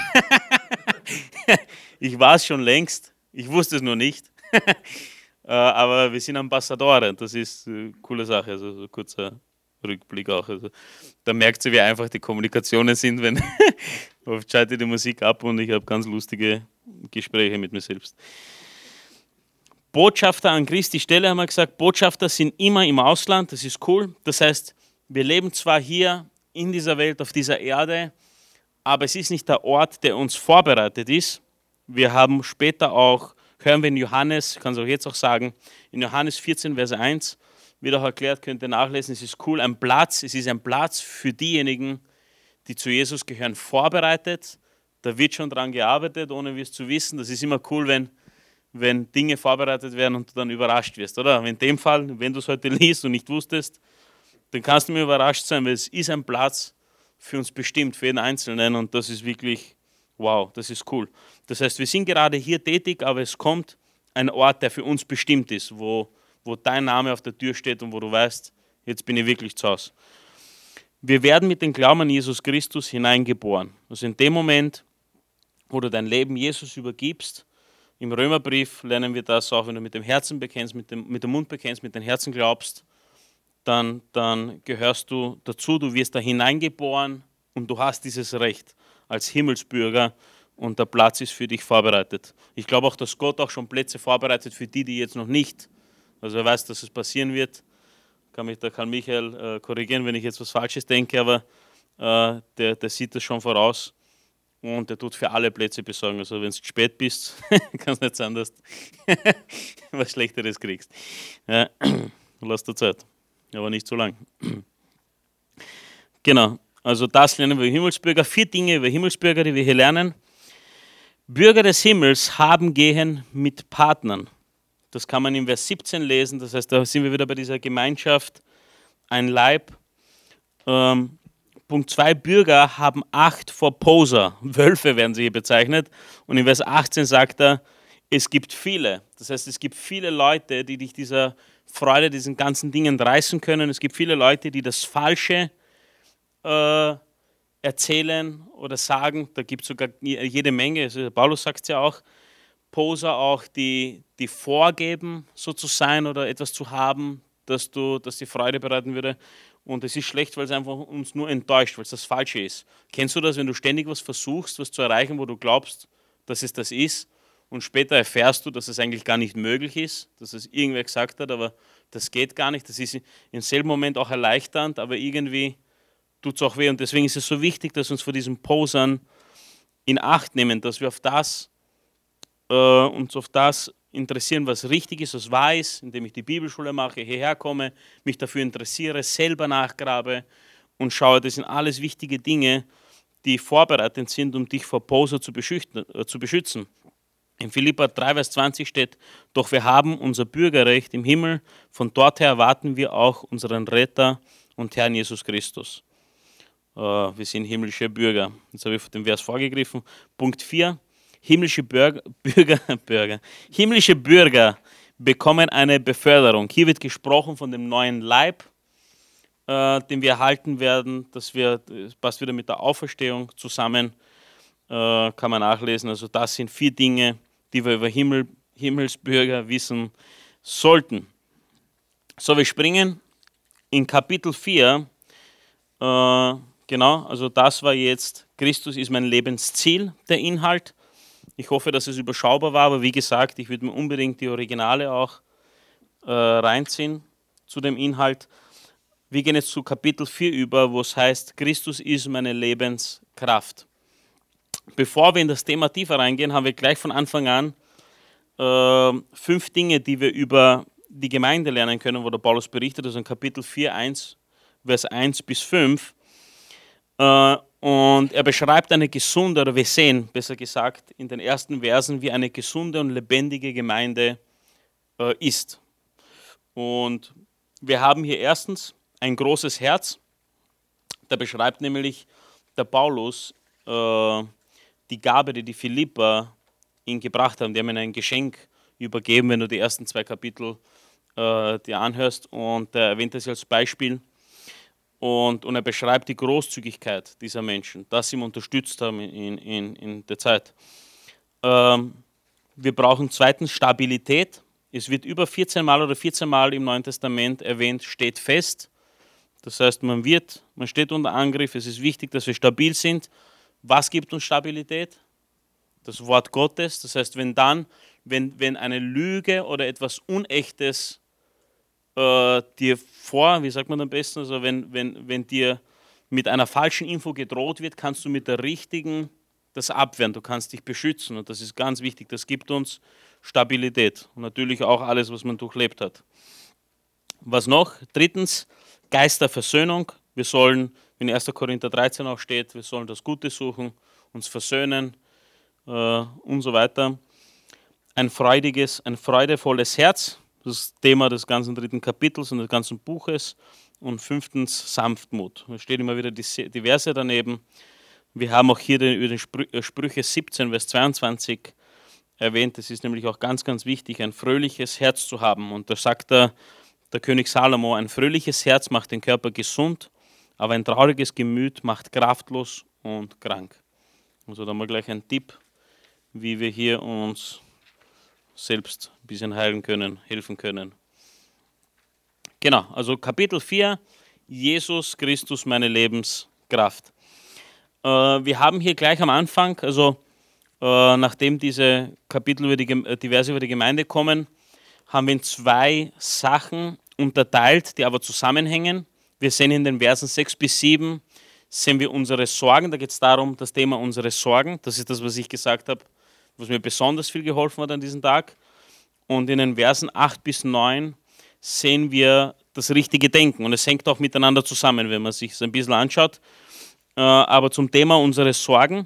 Ich war es schon längst, ich wusste es nur nicht. Aber wir sind Ambassadore, das ist eine coole Sache, also so ein kurzer Rückblick auch. Also, da merkt sie, wie einfach die Kommunikationen sind, wenn oft schaltet die Musik ab und ich habe ganz lustige Gespräche mit mir selbst. Botschafter an Christi Stelle haben wir gesagt, Botschafter sind immer im Ausland, das ist cool. Das heißt, wir leben zwar hier in dieser Welt, auf dieser Erde, aber es ist nicht der Ort, der uns vorbereitet ist. Wir haben später auch, hören wir in Johannes, ich kann es auch jetzt auch sagen, in Johannes 14, Vers 1, wird auch erklärt, könnt ihr nachlesen, es ist cool, es ist ein Platz für diejenigen, die zu Jesus gehören, vorbereitet. Da wird schon dran gearbeitet, ohne es zu wissen. Das ist immer cool, wenn Dinge vorbereitet werden und du dann überrascht wirst, oder? In dem Fall, wenn du es heute liest und nicht wusstest, dann kannst du mir überrascht sein, weil es ist ein Platz für uns bestimmt, für jeden Einzelnen, und das ist wirklich, wow, das ist cool. Das heißt, wir sind gerade hier tätig, aber es kommt ein Ort, der für uns bestimmt ist, wo dein Name auf der Tür steht und wo du weißt, jetzt bin ich wirklich zu Hause. Wir werden mit dem Glauben an Jesus Christus hineingeboren. Also in dem Moment, wo du dein Leben Jesus übergibst, im Römerbrief lernen wir das auch, wenn du mit dem Herzen bekennst, mit dem Mund bekennst, mit dem Herzen glaubst, dann gehörst du dazu, du wirst da hineingeboren und du hast dieses Recht als Himmelsbürger und der Platz ist für dich vorbereitet. Ich glaube auch, dass Gott auch schon Plätze vorbereitet für die jetzt noch nicht. Also er weiß, dass es passieren wird. Kann mich der Karl Michael korrigieren, wenn ich jetzt was Falsches denke, aber der sieht das schon voraus und der tut für alle Plätze besorgen. Also wenn du zu spät bist, kann es nicht sein, dass du was Schlechteres kriegst. Ja, lass dir Zeit, aber nicht zu lang. Genau, also das lernen wir über Himmelsbürger. 4 Dinge über Himmelsbürger, die wir hier lernen. Bürger des Himmels haben gehen mit Partnern. Das kann man in Vers 17 lesen, das heißt, da sind wir wieder bei dieser Gemeinschaft, ein Leib. Punkt 2, Bürger haben Acht vor Poser, Wölfe werden sie hier bezeichnet. Und in Vers 18 sagt er, es gibt viele. Das heißt, es gibt viele Leute, die dich dieser Freude, diesen ganzen Dingen reißen können. Es gibt viele Leute, die das Falsche erzählen oder sagen. Da gibt es sogar jede Menge, also Paulus sagt es ja auch, Poser auch, die vorgeben, so zu sein oder etwas zu haben, dass die Freude bereiten würde. Und es ist schlecht, weil es einfach uns nur enttäuscht, weil es das Falsche ist. Kennst du das, wenn du ständig was versuchst, was zu erreichen, wo du glaubst, dass es das ist, und später erfährst du, dass es eigentlich gar nicht möglich ist, dass es irgendwer gesagt hat, aber das geht gar nicht. Das ist im selben Moment auch erleichternd, aber irgendwie tut es auch weh. Und deswegen ist es so wichtig, dass wir uns vor diesen Posern in Acht nehmen, dass wir auf das uns auf das interessieren, was richtig ist, was wahr ist, indem ich die Bibelschule mache, hierher komme, mich dafür interessiere, selber nachgrabe und schaue, das sind alles wichtige Dinge, die vorbereitet sind, um dich vor Poser zu beschützen. In Philipper 3, Vers 20 steht, doch wir haben unser Bürgerrecht im Himmel, von dort her erwarten wir auch unseren Retter und Herrn Jesus Christus. Wir sind himmlische Bürger. Jetzt habe ich den Vers vorgegriffen. Punkt 4. Himmlische Bürger bekommen eine Beförderung. Hier wird gesprochen von dem neuen Leib, den wir erhalten werden. Das passt wieder mit der Auferstehung zusammen, kann man nachlesen. Also das sind 4 Dinge, die wir über Himmelsbürger wissen sollten. So, wir springen in Kapitel 4. Genau, also das war jetzt, Christus ist mein Lebensziel, der Inhalt. Ich hoffe, dass es überschaubar war, aber wie gesagt, ich würde mir unbedingt die Originale auch reinziehen zu dem Inhalt. Wir gehen jetzt zu Kapitel 4 über, wo es heißt, Christus ist meine Lebenskraft. Bevor wir in das Thema tiefer reingehen, haben wir gleich von Anfang an 5 Dinge, die wir über die Gemeinde lernen können, wo der Paulus berichtet, also in Kapitel 4, 1, Vers 1 bis 5. Und er beschreibt eine gesunde, oder wir sehen, besser gesagt, in den ersten Versen, wie eine gesunde und lebendige Gemeinde ist. Und wir haben hier erstens ein großes Herz. Da beschreibt nämlich der Paulus die Gabe, die Philipper ihn gebracht haben. Die haben ihm ein Geschenk übergeben, wenn du die ersten 2 Kapitel dir anhörst. Und er erwähnt das als Beispiel. Und er beschreibt die Großzügigkeit dieser Menschen, dass sie ihm unterstützt haben in der Zeit. Wir brauchen zweitens Stabilität. Es wird über 14 Mal oder 14 Mal im Neuen Testament erwähnt, steht fest. Das heißt, man steht unter Angriff. Es ist wichtig, dass wir stabil sind. Was gibt uns Stabilität? Das Wort Gottes. Das heißt, wenn eine Lüge oder etwas Unechtes dir wie sagt man am besten, also wenn dir mit einer falschen Info gedroht wird, kannst du mit der richtigen das abwehren, du kannst dich beschützen und das ist ganz wichtig, das gibt uns Stabilität und natürlich auch alles, was man durchlebt hat. Was noch? Drittens, Geist der Versöhnung. Wir sollen, wie in 1. Korinther 13 auch steht, wir sollen das Gute suchen, uns versöhnen und so weiter. Ein freudevolles Herz. Das Thema des ganzen 3. Kapitels und des ganzen Buches. Und 5. Sanftmut. Da steht immer wieder die Verse daneben. Wir haben auch hier über den Sprüche 17, Vers 22 erwähnt. Es ist nämlich auch ganz, ganz wichtig, ein fröhliches Herz zu haben. Und da sagt der König Salomo, ein fröhliches Herz macht den Körper gesund, aber ein trauriges Gemüt macht kraftlos und krank. Also da mal gleich ein Tipp, wie wir hier uns selbst ein bisschen heilen können, helfen können. Genau, also Kapitel 4, Jesus Christus, meine Lebenskraft. Wir haben hier gleich am Anfang, also nachdem diese Kapitel über die Verse über die Gemeinde kommen, haben wir in 2 Sachen unterteilt, die aber zusammenhängen. Wir sehen in den Versen 6 bis 7, sehen wir unsere Sorgen, da geht es darum, das Thema unsere Sorgen, das ist das, was ich gesagt habe, was mir besonders viel geholfen hat an diesem Tag. Und in den Versen 8 bis 9 sehen wir das richtige Denken. Und es hängt auch miteinander zusammen, wenn man sich es ein bisschen anschaut. Aber zum Thema unsere Sorgen.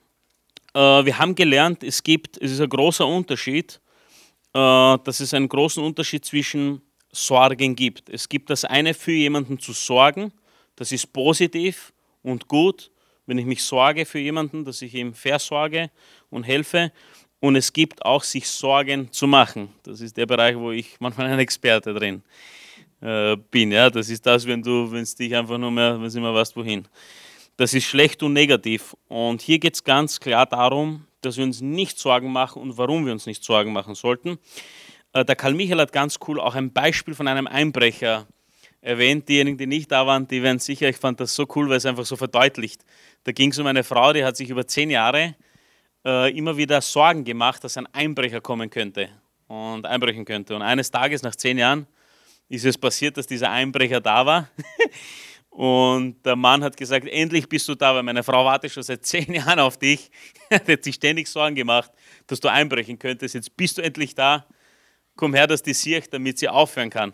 Wir haben gelernt, es ist ein großer Unterschied, dass es einen großen Unterschied zwischen Sorgen gibt. Es gibt das eine, für jemanden zu sorgen. Das ist positiv und gut, wenn ich mich sorge für jemanden, dass ich ihm versorge und helfe. Und es gibt auch, sich Sorgen zu machen. Das ist der Bereich, wo ich manchmal ein Experte drin bin. Ja? Das ist das, wenn es dich einfach nur mehr, wenn du immer weißt, wohin. Das ist schlecht und negativ. Und hier geht es ganz klar darum, dass wir uns nicht Sorgen machen und warum wir uns nicht Sorgen machen sollten. Der Karl Michael hat ganz cool auch ein Beispiel von einem Einbrecher erwähnt. Diejenigen, die nicht da waren, die werden sicher, ich fand das so cool, weil es einfach so verdeutlicht. Da ging es um eine Frau, die hat sich über 10 Jahre immer wieder Sorgen gemacht, dass ein Einbrecher kommen könnte und einbrechen könnte. Und eines Tages, nach 10 Jahren, ist es passiert, dass dieser Einbrecher da war. Und der Mann hat gesagt, endlich bist du da, weil meine Frau wartet schon seit 10 Jahren auf dich. Die hat sich ständig Sorgen gemacht, dass du einbrechen könntest. Jetzt bist du endlich da. Komm her, dass die sieht, damit sie aufhören kann.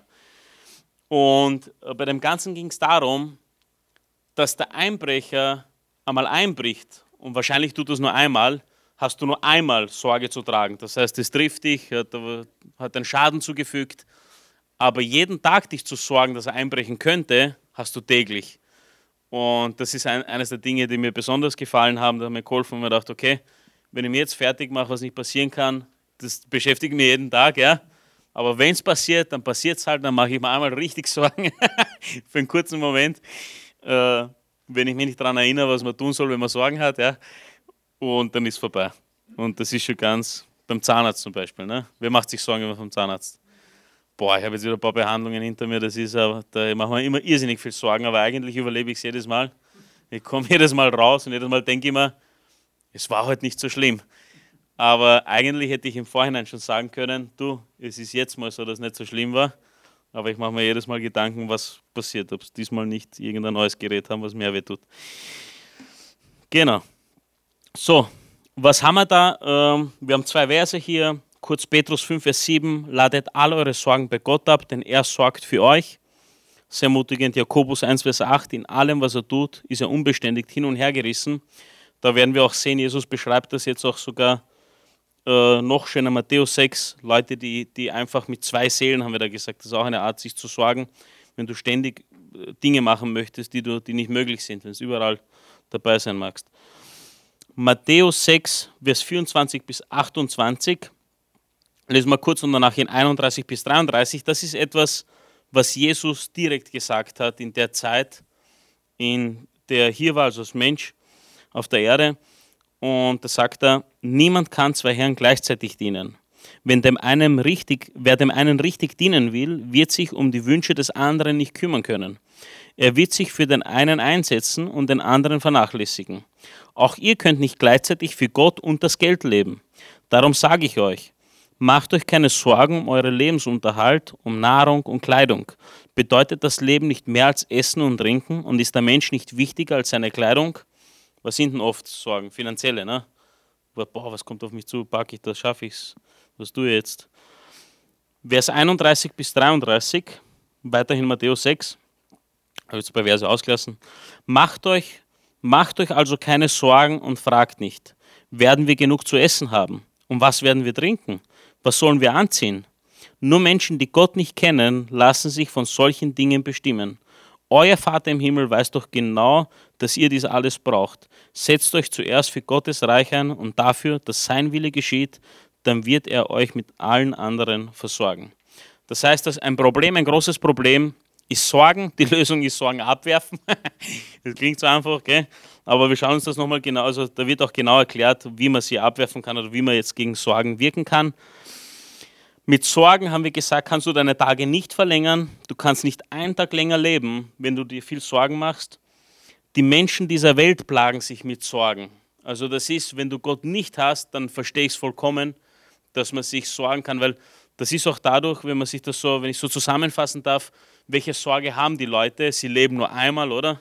Und bei dem Ganzen ging es darum, dass der Einbrecher einmal einbricht und wahrscheinlich tut das nur einmal, hast du nur einmal Sorge zu tragen. Das heißt, es trifft dich, hat einen Schaden zugefügt, aber jeden Tag dich zu sorgen, dass er einbrechen könnte, hast du täglich. Und das ist eines der Dinge, die mir besonders gefallen haben. Da haben mir geholfen und mir gedacht, okay, wenn ich mir jetzt fertig mache, was nicht passieren kann, das beschäftigt mich jeden Tag, ja. Aber wenn es passiert, dann passiert es halt, dann mache ich mir einmal richtig Sorgen für einen kurzen Moment, wenn ich mich nicht daran erinnere, was man tun soll, wenn man Sorgen hat, ja. Und dann ist es vorbei. Und das ist schon ganz beim Zahnarzt zum Beispiel. Ne? Wer macht sich Sorgen über vom Zahnarzt? Boah, ich habe jetzt wieder ein paar Behandlungen hinter mir, das ist aber, da mache ich mir immer irrsinnig viel Sorgen, aber eigentlich überlebe ich es jedes Mal. Ich komme jedes Mal raus und jedes Mal denke ich mir, es war heute nicht so schlimm. Aber eigentlich hätte ich im Vorhinein schon sagen können, du, es ist jetzt mal so, dass es nicht so schlimm war. Aber ich mache mir jedes Mal Gedanken, was passiert, ob es diesmal nicht irgendein neues Gerät haben, was mehr wehtut. Genau. So, was haben wir da? Wir haben 2 Verse hier. Kurz Petrus 5, Vers 7. Ladet all eure Sorgen bei Gott ab, denn er sorgt für euch. Sehr ermutigend. Jakobus 1, Vers 8. In allem, was er tut, ist er unbeständig hin und her gerissen. Da werden wir auch sehen, Jesus beschreibt das jetzt auch sogar noch schöner. Matthäus 6. Leute, die einfach mit 2 Seelen, haben wir da gesagt, das ist auch eine Art, sich zu sorgen, wenn du ständig Dinge machen möchtest, die nicht möglich sind, wenn du überall dabei sein magst. Matthäus 6, Vers 24 bis 28, lesen wir kurz und danach in 31 bis 33. Das ist etwas, was Jesus direkt gesagt hat in der Zeit, in der er hier war, also als Mensch auf der Erde. Und da sagt er, niemand kann 2 Herren gleichzeitig dienen. Wer dem einen richtig dienen will, wird sich um die Wünsche des anderen nicht kümmern können. Er wird sich für den einen einsetzen und den anderen vernachlässigen. Auch ihr könnt nicht gleichzeitig für Gott und das Geld leben. Darum sage ich euch, macht euch keine Sorgen um euren Lebensunterhalt, um Nahrung und Kleidung. Bedeutet das Leben nicht mehr als Essen und Trinken und ist der Mensch nicht wichtiger als seine Kleidung? Was sind denn oft Sorgen? Finanzielle, ne? Boah, was kommt auf mich zu? Packe ich das? Schaffe ich es? Was tue ich jetzt? Vers 31 bis 33, weiterhin Matthäus 6, habe ich jetzt ein paar Verse ausgelassen. Macht euch also keine Sorgen und fragt nicht, werden wir genug zu essen haben? Und was werden wir trinken? Was sollen wir anziehen? Nur Menschen, die Gott nicht kennen, lassen sich von solchen Dingen bestimmen. Euer Vater im Himmel weiß doch genau, dass ihr dies alles braucht. Setzt euch zuerst für Gottes Reich ein und dafür, dass sein Wille geschieht, dann wird er euch mit allen anderen versorgen. Das heißt, dass ein großes Problem ist Sorgen. Die Lösung ist Sorgen abwerfen. Das klingt so einfach, gell? Aber wir schauen uns das nochmal genau, also da wird auch genau erklärt, wie man sie abwerfen kann oder wie man jetzt gegen Sorgen wirken kann. Mit Sorgen, haben wir gesagt, kannst du deine Tage nicht verlängern. Du kannst nicht einen Tag länger leben, wenn du dir viel Sorgen machst. Die Menschen dieser Welt plagen sich mit Sorgen. Also das ist, wenn du Gott nicht hast, dann verstehe ich es vollkommen, dass man sich sorgen kann, weil das ist auch dadurch, wenn ich so zusammenfassen darf, welche Sorge haben die Leute? Sie leben nur einmal, oder?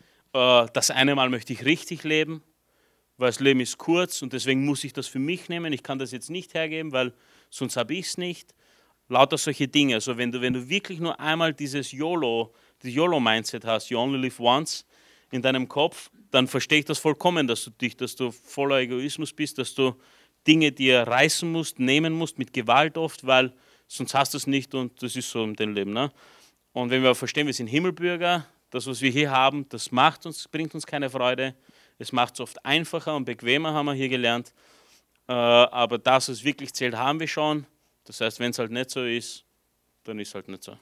Das eine Mal möchte ich richtig leben, weil das Leben ist kurz und deswegen muss ich das für mich nehmen. Ich kann das jetzt nicht hergeben, weil sonst habe ich es nicht. Lauter solche Dinge. Also wenn du wirklich nur einmal dieses YOLO-Mindset hast, you only live once, in deinem Kopf, dann verstehe ich das vollkommen, dass du voller Egoismus bist, dass du Dinge dir reißen musst, nehmen musst, mit Gewalt oft, weil sonst hast du es nicht und das ist so im Leben. Ne? Und wenn wir verstehen, wir sind Himmelbürger, das, was wir hier haben, das bringt uns keine Freude. Es macht es oft einfacher und bequemer, haben wir hier gelernt. Aber das, was wirklich zählt, haben wir schon. Das heißt, wenn es halt nicht so ist, dann ist es halt nicht so.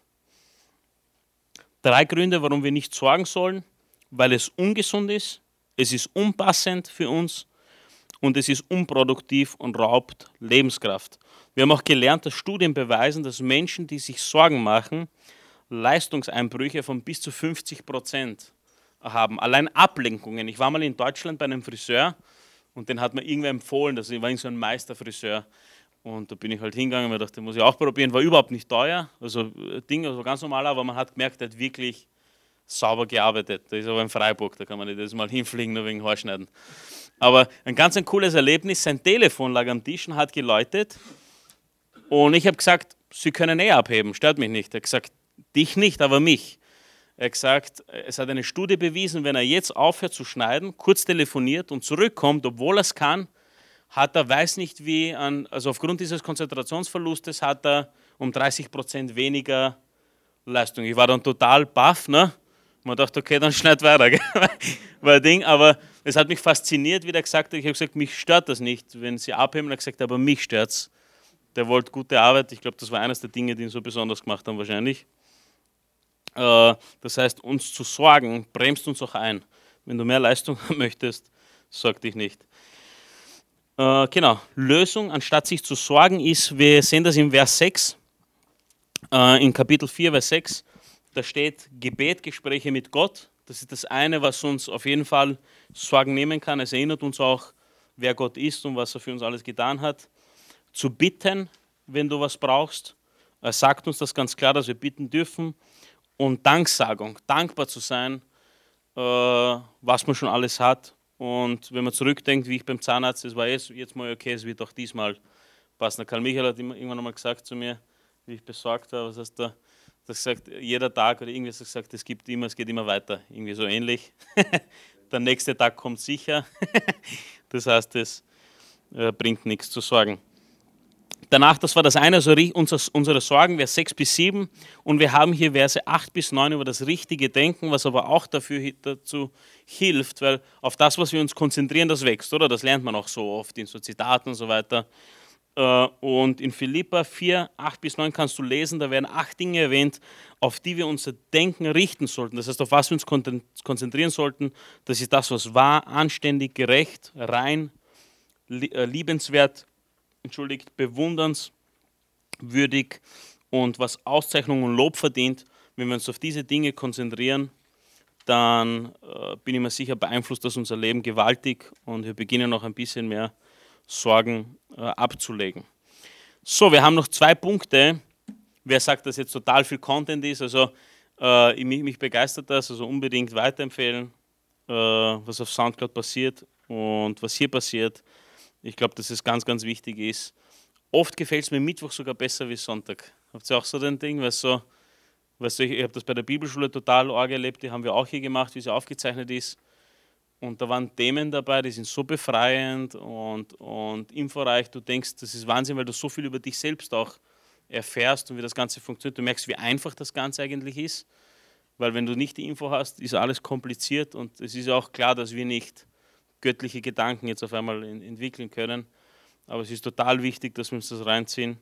3 Gründe, warum wir nicht sorgen sollen. Weil es ungesund ist, es ist unpassend für uns und es ist unproduktiv und raubt Lebenskraft. Wir haben auch gelernt, dass Studien beweisen, dass Menschen, die sich Sorgen machen, Leistungseinbrüche von bis zu 50% haben. Allein Ablenkungen. Ich war mal in Deutschland bei einem Friseur und den hat mir irgendwer empfohlen, das war so ein Meisterfriseur. Und da bin ich halt hingegangen und mir dachte, den muss ich auch probieren. War überhaupt nicht teuer, also Ding, also ganz normal, aber man hat gemerkt, er hat wirklich sauber gearbeitet. Das ist aber in Freiburg, da kann man nicht das mal hinfliegen, nur wegen Haarschneiden. Aber ein ganz cooles Erlebnis, sein Telefon lag am Tisch und hat geläutet. Und ich habe gesagt, Sie können abheben, stört mich nicht. Er hat gesagt, dich nicht, aber mich. Er hat gesagt, es hat eine Studie bewiesen, wenn er jetzt aufhört zu schneiden, kurz telefoniert und zurückkommt, obwohl er es kann, hat er, weiß nicht wie, also aufgrund dieses Konzentrationsverlustes hat er um 30% weniger Leistung. Ich war dann total baff, ne? Man dachte, okay, dann schneid weiter. War Ding, aber es hat mich fasziniert, wie der gesagt hat. Ich habe gesagt, mich stört das nicht, wenn Sie abheben. Er hat gesagt, aber mich stört es. Der wollte gute Arbeit. Ich glaube, das war eines der Dinge, die ihn so besonders gemacht haben wahrscheinlich. Das heißt, uns zu sorgen, bremst uns auch ein. Wenn du mehr Leistung haben möchtest, sorg dich nicht. Genau, Lösung, anstatt sich zu sorgen, ist, wir sehen das im Vers 6, in Kapitel 4, Vers 6, da steht Gebet, Gespräche mit Gott. Das ist das eine, was uns auf jeden Fall Sorgen nehmen kann. Es erinnert uns auch, wer Gott ist und was er für uns alles getan hat. Zu bitten, wenn du was brauchst. Er sagt uns das ganz klar, dass wir bitten dürfen. Und Danksagung, dankbar zu sein, was man schon alles hat. Und wenn man zurückdenkt, wie ich beim Zahnarzt, es war jetzt mal okay, es wird auch diesmal passen. Der Karl Michael hat irgendwann einmal gesagt zu mir, wie ich besorgt war, was heißt da, das gesagt, jeder Tag oder irgendwie gesagt, es geht immer weiter, irgendwie so ähnlich. Der nächste Tag kommt sicher. Das heißt, es bringt nichts zu sorgen. Danach, das war das eine, also unsere Sorgen, Vers 6 bis 7. Und wir haben hier Verse 8 bis 9 über das richtige Denken, was aber auch dazu hilft, weil auf das, was wir uns konzentrieren, das wächst, oder? Das lernt man auch so oft in so Zitaten und so weiter. Und in Philipper 4, 8 bis 9 kannst du lesen, da werden 8 Dinge erwähnt, auf die wir unser Denken richten sollten. Das heißt, auf was wir uns konzentrieren sollten. Das ist das, was wahr, anständig, gerecht, rein, liebenswert, bewundernswürdig und was Auszeichnung und Lob verdient. Wenn wir uns auf diese Dinge konzentrieren, dann bin ich mir sicher, beeinflusst das unser Leben gewaltig und wir beginnen noch ein bisschen mehr Sorgen abzulegen. So, wir haben noch 2 Punkte. Wer sagt, dass jetzt total viel Content ist, also mich begeistert das, also unbedingt weiterempfehlen, was auf Soundcloud passiert und was hier passiert. Ich glaube, dass es ganz, ganz wichtig ist. Oft gefällt es mir Mittwoch sogar besser wie Sonntag. Habt ihr auch so den Ding? Ich habe das bei der Bibelschule total arg erlebt, die haben wir auch hier gemacht, wie sie aufgezeichnet ist. Und da waren Themen dabei, die sind so befreiend und inforeich. Du denkst, das ist Wahnsinn, weil du so viel über dich selbst auch erfährst und wie das Ganze funktioniert. Du merkst, wie einfach das Ganze eigentlich ist. Weil wenn du nicht die Info hast, ist alles kompliziert und es ist ja auch klar, dass wir nicht göttliche Gedanken jetzt auf einmal entwickeln können. Aber es ist total wichtig, dass wir uns das reinziehen,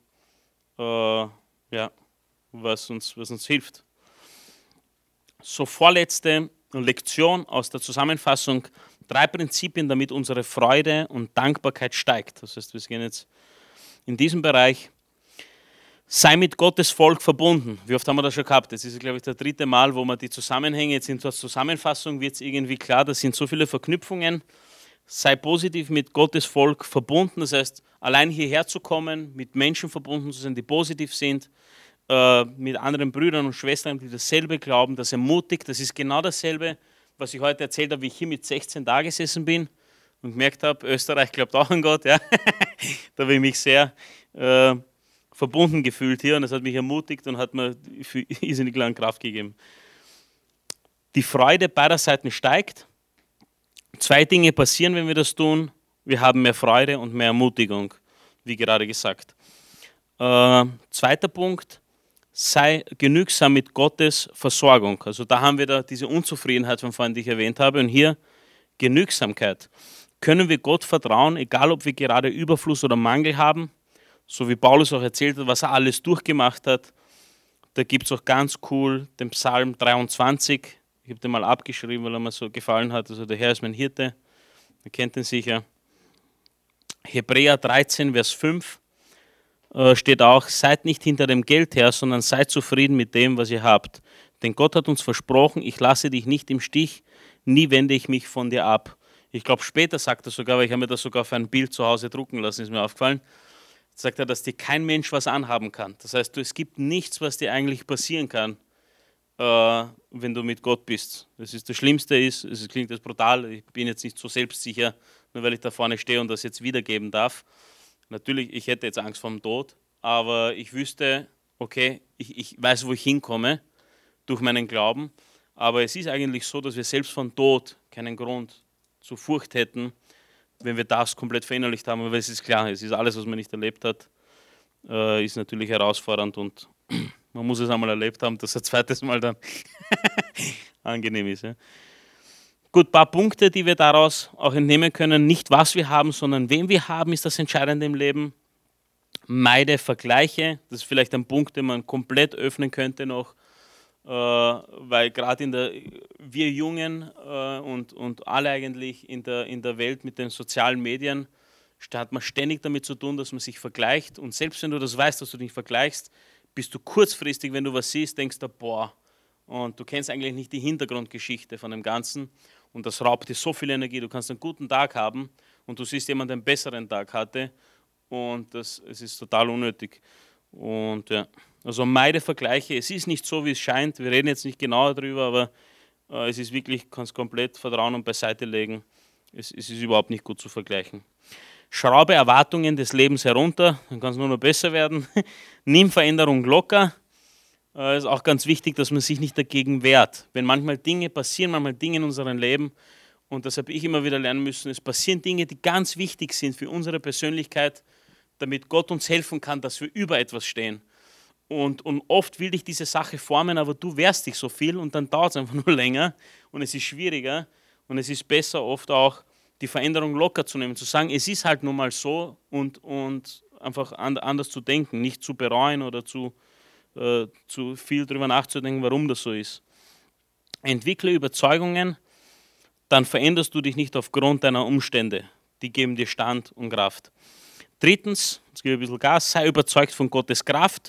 was uns hilft. So, vorletzte Lektion aus der Zusammenfassung. 3 Prinzipien, damit unsere Freude und Dankbarkeit steigt. Das heißt, wir gehen jetzt in diesem Bereich. Sei mit Gottes Volk verbunden. Wie oft haben wir das schon gehabt? Das ist, glaube ich, das 3. Mal, wo man die Zusammenhänge, jetzt in der Zusammenfassung wird es irgendwie klar, das sind so viele Verknüpfungen. Sei positiv mit Gottes Volk verbunden, das heißt, allein hierher zu kommen, mit Menschen verbunden zu sein, die positiv sind, mit anderen Brüdern und Schwestern, die dasselbe glauben, das ermutigt. Das ist genau dasselbe, was ich heute erzählt habe, wie ich hier mit 16 da gesessen bin und gemerkt habe, Österreich glaubt auch an Gott. Ja. Da habe ich mich sehr verbunden gefühlt hier und das hat mich ermutigt und hat mir für irrsinnig lange Kraft gegeben. Die Freude beider Seiten steigt. 2 Dinge passieren, wenn wir das tun. Wir haben mehr Freude und mehr Ermutigung, wie gerade gesagt. 2. Punkt, sei genügsam mit Gottes Versorgung. Also da haben wir da diese Unzufriedenheit von vorhin, die ich erwähnt habe. Und hier Genügsamkeit. Können wir Gott vertrauen, egal ob wir gerade Überfluss oder Mangel haben? So wie Paulus auch erzählt hat, was er alles durchgemacht hat. Da gibt es auch ganz cool den Psalm 23. Ich habe den mal abgeschrieben, weil er mir so gefallen hat. Also der Herr ist mein Hirte. Ihr kennt den sicher. Hebräer 13, Vers 5 steht auch, seid nicht hinter dem Geld her, sondern seid zufrieden mit dem, was ihr habt. Denn Gott hat uns versprochen, ich lasse dich nicht im Stich, nie wende ich mich von dir ab. Ich glaube, später sagt er sogar, weil ich habe mir das sogar auf ein Bild zu Hause drucken lassen, ist mir aufgefallen, sagt er, dass dir kein Mensch was anhaben kann. Das heißt, es gibt nichts, was dir eigentlich passieren kann, wenn du mit Gott bist. Das Schlimmste ist, es klingt jetzt brutal, ich bin jetzt nicht so selbstsicher, nur weil ich da vorne stehe und das jetzt wiedergeben darf. Natürlich, ich hätte jetzt Angst vor dem Tod, aber ich wüsste, okay, ich weiß, wo ich hinkomme durch meinen Glauben. Aber es ist eigentlich so, dass wir selbst von Tod keinen Grund zur Furcht hätten, wenn wir das komplett verinnerlicht haben. Aber es ist klar, es ist alles, was man nicht erlebt hat, ist natürlich herausfordernd und man muss es einmal erlebt haben, dass ein zweites Mal dann angenehm ist. Ja. Gut, ein paar Punkte, die wir daraus auch entnehmen können. Nicht was wir haben, sondern wen wir haben, ist das Entscheidende im Leben. Meide Vergleiche. Das ist vielleicht ein Punkt, den man komplett öffnen könnte noch, weil gerade wir Jungen und alle eigentlich in der Welt mit den sozialen Medien hat man ständig damit zu tun, dass man sich vergleicht. Und selbst wenn du das weißt, dass du dich vergleichst, bist du kurzfristig, wenn du was siehst, denkst du, boah, und du kennst eigentlich nicht die Hintergrundgeschichte von dem Ganzen und das raubt dir so viel Energie. Du kannst einen guten Tag haben und du siehst jemanden, der einen besseren Tag hatte und es ist total unnötig. Und ja, also meide Vergleiche. Es ist nicht so, wie es scheint. Wir reden jetzt nicht genauer darüber, aber es ist wirklich, kannst komplett vertrauen und beiseite legen. Es ist überhaupt nicht gut zu vergleichen. Schraube Erwartungen des Lebens herunter, dann kann es nur noch besser werden. Nimm Veränderung locker. Es ist auch ganz wichtig, dass man sich nicht dagegen wehrt. Wenn manchmal Dinge passieren, manchmal Dinge in unserem Leben, und das habe ich immer wieder lernen müssen, es passieren Dinge, die ganz wichtig sind für unsere Persönlichkeit, damit Gott uns helfen kann, dass wir über etwas stehen. Und oft will dich diese Sache formen, aber du wehrst dich so viel und dann dauert es einfach nur länger und es ist schwieriger und es ist besser oft auch, die Veränderung locker zu nehmen, zu sagen, es ist halt nun mal so und einfach anders zu denken, nicht zu bereuen oder zu viel darüber nachzudenken, warum das so ist. Entwickle Überzeugungen, dann veränderst du dich nicht aufgrund deiner Umstände. Die geben dir Stand und Kraft. Drittens, jetzt gebe ich ein bisschen Gas, sei überzeugt von Gottes Kraft.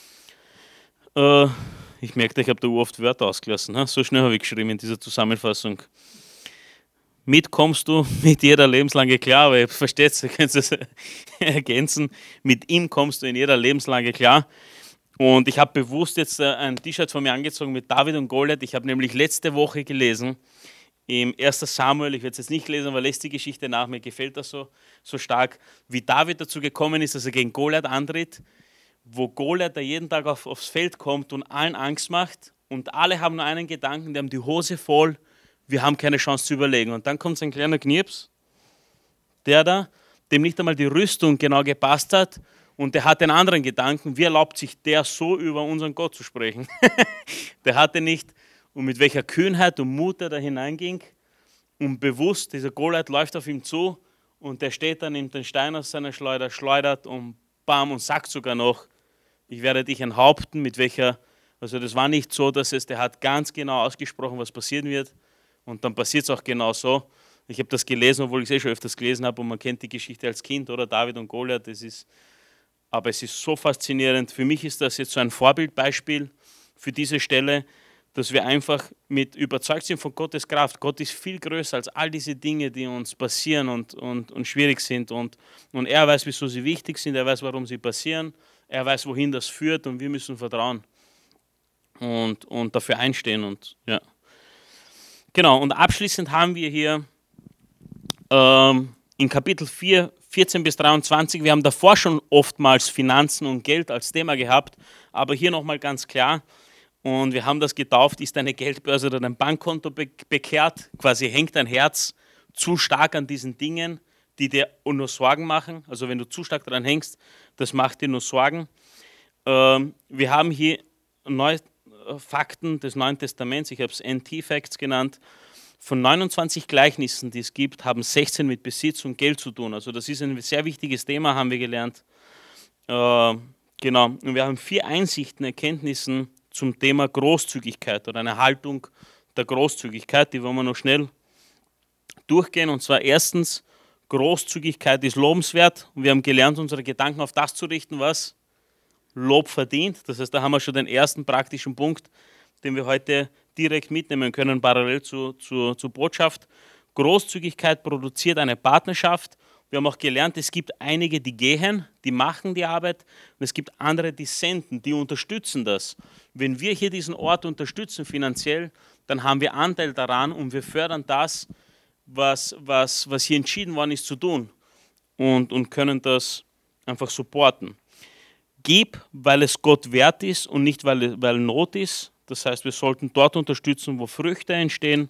Ich merke, ich habe da oft Wörter ausgelassen. So schnell habe ich geschrieben in dieser Zusammenfassung. Mit kommst du mit jeder Lebenslange klar, aber ihr versteht, ihr könnt es ergänzen. Mit ihm kommst du in jeder Lebenslange klar. Und ich habe bewusst jetzt ein T-Shirt von mir angezogen mit David und Goliath. Ich habe nämlich letzte Woche gelesen, im 1. Samuel, ich werde es jetzt nicht lesen, aber lest die Geschichte nach, mir gefällt das so stark, wie David dazu gekommen ist, dass er gegen Goliath antritt, wo Goliath da jeden Tag aufs Feld kommt und allen Angst macht und alle haben nur einen Gedanken, die haben die Hose voll, wir haben keine Chance zu überlegen. Und dann kommt so ein kleiner Knirps, der da, dem nicht einmal die Rüstung genau gepasst hat und der hat den anderen Gedanken, wie erlaubt sich der so über unseren Gott zu sprechen? Der hatte nicht, und mit welcher Kühnheit und Mut er da hineinging und bewusst, dieser Goliath läuft auf ihn zu und der steht dann, nimmt den Stein aus seiner Schleuder, schleudert und bam und sagt sogar noch, ich werde dich enthaupten, mit welcher, also das war nicht so, der hat ganz genau ausgesprochen, was passieren wird und dann passiert es auch genau so. Ich habe das gelesen, obwohl ich es schon öfters gelesen habe und man kennt die Geschichte als Kind, oder David und Goliath, aber es ist so faszinierend. Für mich ist das jetzt so ein Vorbildbeispiel für diese Stelle, dass wir einfach mit überzeugt sind von Gottes Kraft. Gott ist viel größer als all diese Dinge, die uns passieren und schwierig sind. Und er weiß, wieso sie wichtig sind, er weiß, warum sie passieren, er weiß, wohin das führt und wir müssen vertrauen und dafür einstehen. Und, ja. Genau, und abschließend haben wir hier in Kapitel 4, 14 bis 23, wir haben davor schon oftmals Finanzen und Geld als Thema gehabt, aber hier nochmal ganz klar, und wir haben das getauft, ist deine Geldbörse oder dein Bankkonto bekehrt, quasi hängt dein Herz zu stark an diesen Dingen, die dir nur Sorgen machen, also wenn du zu stark daran hängst, das macht dir nur Sorgen. Wir haben hier Fakten des Neuen Testaments, ich habe es NT-Facts genannt. Von 29 Gleichnissen, die es gibt, haben 16 mit Besitz und Geld zu tun. Also das ist ein sehr wichtiges Thema, haben wir gelernt. Genau. Und wir haben 4 Einsichten, Erkenntnissen zum Thema Großzügigkeit oder eine Haltung der Großzügigkeit. Die wollen wir noch schnell durchgehen. Und zwar erstens, Großzügigkeit ist lobenswert. Und wir haben gelernt, unsere Gedanken auf das zu richten, was Lob verdient. Das heißt, da haben wir schon den ersten praktischen Punkt, den wir heute direkt mitnehmen können, parallel zur Botschaft. Großzügigkeit produziert eine Partnerschaft, Wir haben auch gelernt, es gibt einige, die gehen, die machen die Arbeit und es gibt andere, die senden, die unterstützen das. Wenn wir hier diesen Ort unterstützen finanziell, dann haben wir Anteil daran und wir fördern das, was hier entschieden worden ist zu tun und können das einfach supporten. Gib, weil es Gott wert ist und nicht, weil Not ist. Das heißt, wir sollten dort unterstützen, wo Früchte entstehen,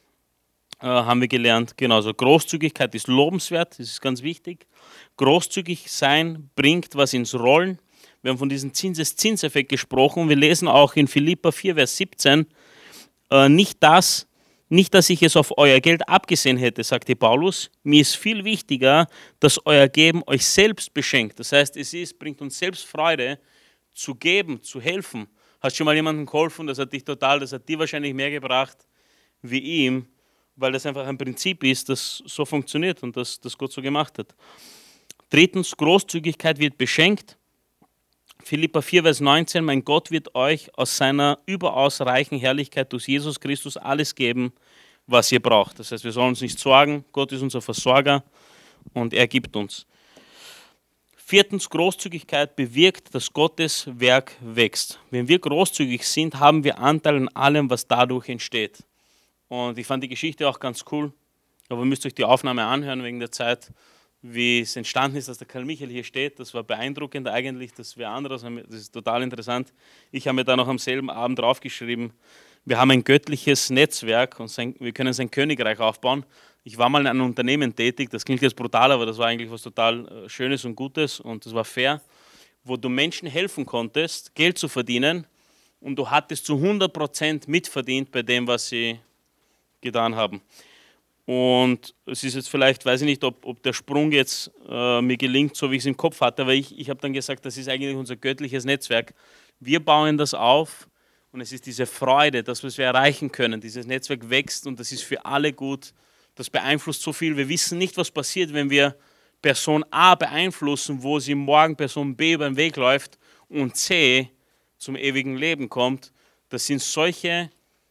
haben wir gelernt. Genauso Großzügigkeit ist lobenswert, das ist ganz wichtig. Großzügig sein bringt was ins Rollen. Wir haben von diesem Zinseszinseffekt gesprochen. Wir lesen auch in Philipper 4, Vers 17, nicht, dass ich es auf euer Geld abgesehen hätte, sagte Paulus. Mir ist viel wichtiger, dass euer Geben euch selbst beschenkt. Das heißt, bringt uns selbst Freude, zu geben, zu helfen. Hast schon mal jemandem geholfen, das hat dir wahrscheinlich mehr gebracht wie ihm, weil das einfach ein Prinzip ist, das so funktioniert und das Gott so gemacht hat. Drittens, Großzügigkeit wird beschenkt. Philipper 4, Vers 19, mein Gott wird euch aus seiner überaus reichen Herrlichkeit durch Jesus Christus alles geben, was ihr braucht. Das heißt, wir sollen uns nicht sorgen, Gott ist unser Versorger und er gibt uns. Viertens, Großzügigkeit bewirkt, dass Gottes Werk wächst. Wenn wir großzügig sind, haben wir Anteil an allem, was dadurch entsteht. Und ich fand die Geschichte auch ganz cool, aber ihr müsst euch die Aufnahme anhören wegen der Zeit, wie es entstanden ist, dass der Karl Michael hier steht. Das war beeindruckend eigentlich, das wäre anderes, das ist total interessant. Ich habe mir da noch am selben Abend draufgeschrieben, wir haben ein göttliches Netzwerk und wir können sein Königreich aufbauen. Ich war mal in einem Unternehmen tätig, das klingt jetzt brutal, aber das war eigentlich was total Schönes und Gutes und das war fair, wo du Menschen helfen konntest, Geld zu verdienen und du hattest zu 100% mitverdient bei dem, was sie getan haben. Und es ist jetzt vielleicht, weiß ich nicht, ob der Sprung jetzt mir gelingt, so wie ich es im Kopf hatte, aber ich habe dann gesagt, das ist eigentlich unser göttliches Netzwerk. Wir bauen das auf und es ist diese Freude, das, was wir erreichen können. Dieses Netzwerk wächst und das ist für alle gut. Das beeinflusst so viel. Wir wissen nicht, was passiert, wenn wir Person A beeinflussen, wo sie morgen Person B über den Weg läuft und C zum ewigen Leben kommt. Das sind solche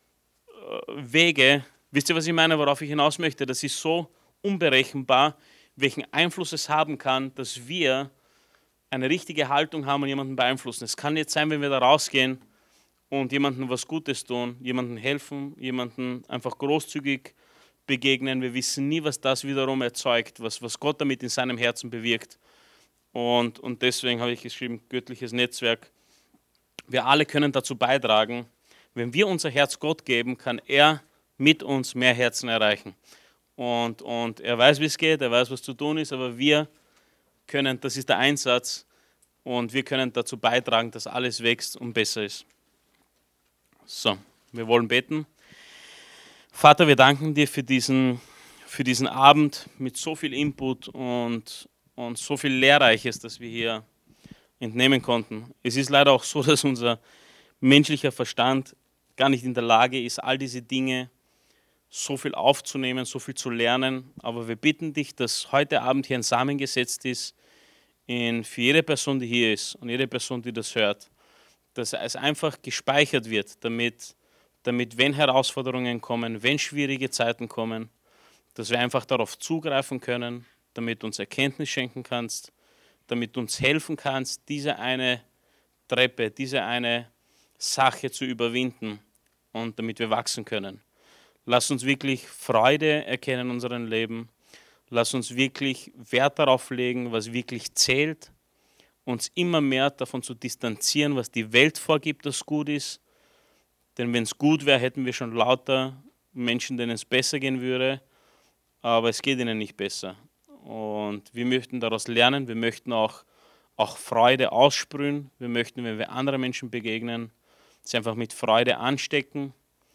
Wege. Wisst ihr, was ich meine, worauf ich hinaus möchte? Das ist so unberechenbar, welchen Einfluss es haben kann, dass wir eine richtige Haltung haben und jemanden beeinflussen. Es kann jetzt sein, wenn wir da rausgehen und jemandem was Gutes tun, jemandem helfen, jemandem einfach großzügig begegnen. Wir wissen nie, was das wiederum erzeugt, was Gott damit in seinem Herzen bewirkt. Und deswegen habe ich geschrieben, göttliches Netzwerk. Wir alle können dazu beitragen. Wenn wir unser Herz Gott geben, kann er mit uns mehr Herzen erreichen. Und er weiß, wie es geht, er weiß, was zu tun ist, aber wir können, das ist der Einsatz, und wir können dazu beitragen, dass alles wächst und besser ist. So, wir wollen beten. Vater, wir danken dir für diesen Abend mit so viel Input und so viel Lehrreiches, das wir hier entnehmen konnten. Es ist leider auch so, dass unser menschlicher Verstand gar nicht in der Lage ist, all diese Dinge so viel aufzunehmen, so viel zu lernen. Aber wir bitten dich, dass heute Abend hier ein Samen gesetzt ist für jede Person, die hier ist und jede Person, die das hört, dass es einfach gespeichert wird, damit wenn Herausforderungen kommen, wenn schwierige Zeiten kommen, dass wir einfach darauf zugreifen können, damit du uns Erkenntnis schenken kannst, damit du uns helfen kannst, diese eine Treppe, diese eine Sache zu überwinden und damit wir wachsen können. Lass uns wirklich Freude erkennen in unserem Leben. Lass uns wirklich Wert darauf legen, was wirklich zählt, uns immer mehr davon zu distanzieren, was die Welt vorgibt, das gut ist. Denn wenn es gut wäre, hätten wir schon lauter Menschen, denen es besser gehen würde, aber es geht ihnen nicht besser. Und wir möchten daraus lernen, wir möchten auch Freude aussprühen, wir möchten, wenn wir anderen Menschen begegnen, sie einfach mit Freude anstecken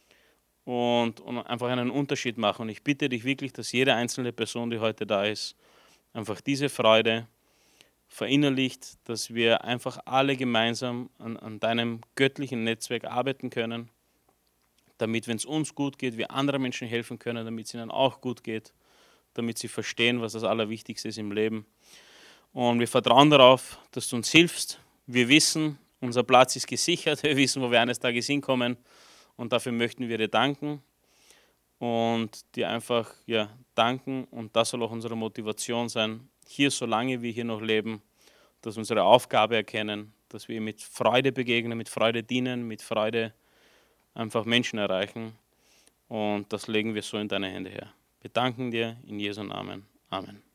und einfach einen Unterschied machen. Und ich bitte dich wirklich, dass jede einzelne Person, die heute da ist, einfach diese Freude verinnerlicht, dass wir einfach alle gemeinsam an deinem göttlichen Netzwerk arbeiten können, damit, wenn es uns gut geht, wir anderen Menschen helfen können, damit es ihnen auch gut geht, damit sie verstehen, was das Allerwichtigste ist im Leben. Und wir vertrauen darauf, dass du uns hilfst. Wir wissen, unser Platz ist gesichert, wir wissen, wo wir eines Tages hinkommen, und dafür möchten wir dir danken und dir einfach danken, und das soll auch unsere Motivation sein, hier, solange wir hier noch leben, dass wir unsere Aufgabe erkennen, dass wir mit Freude begegnen, mit Freude dienen, mit Freude einfach Menschen erreichen. Und das legen wir so in deine Hände her. Wir danken dir in Jesu Namen. Amen.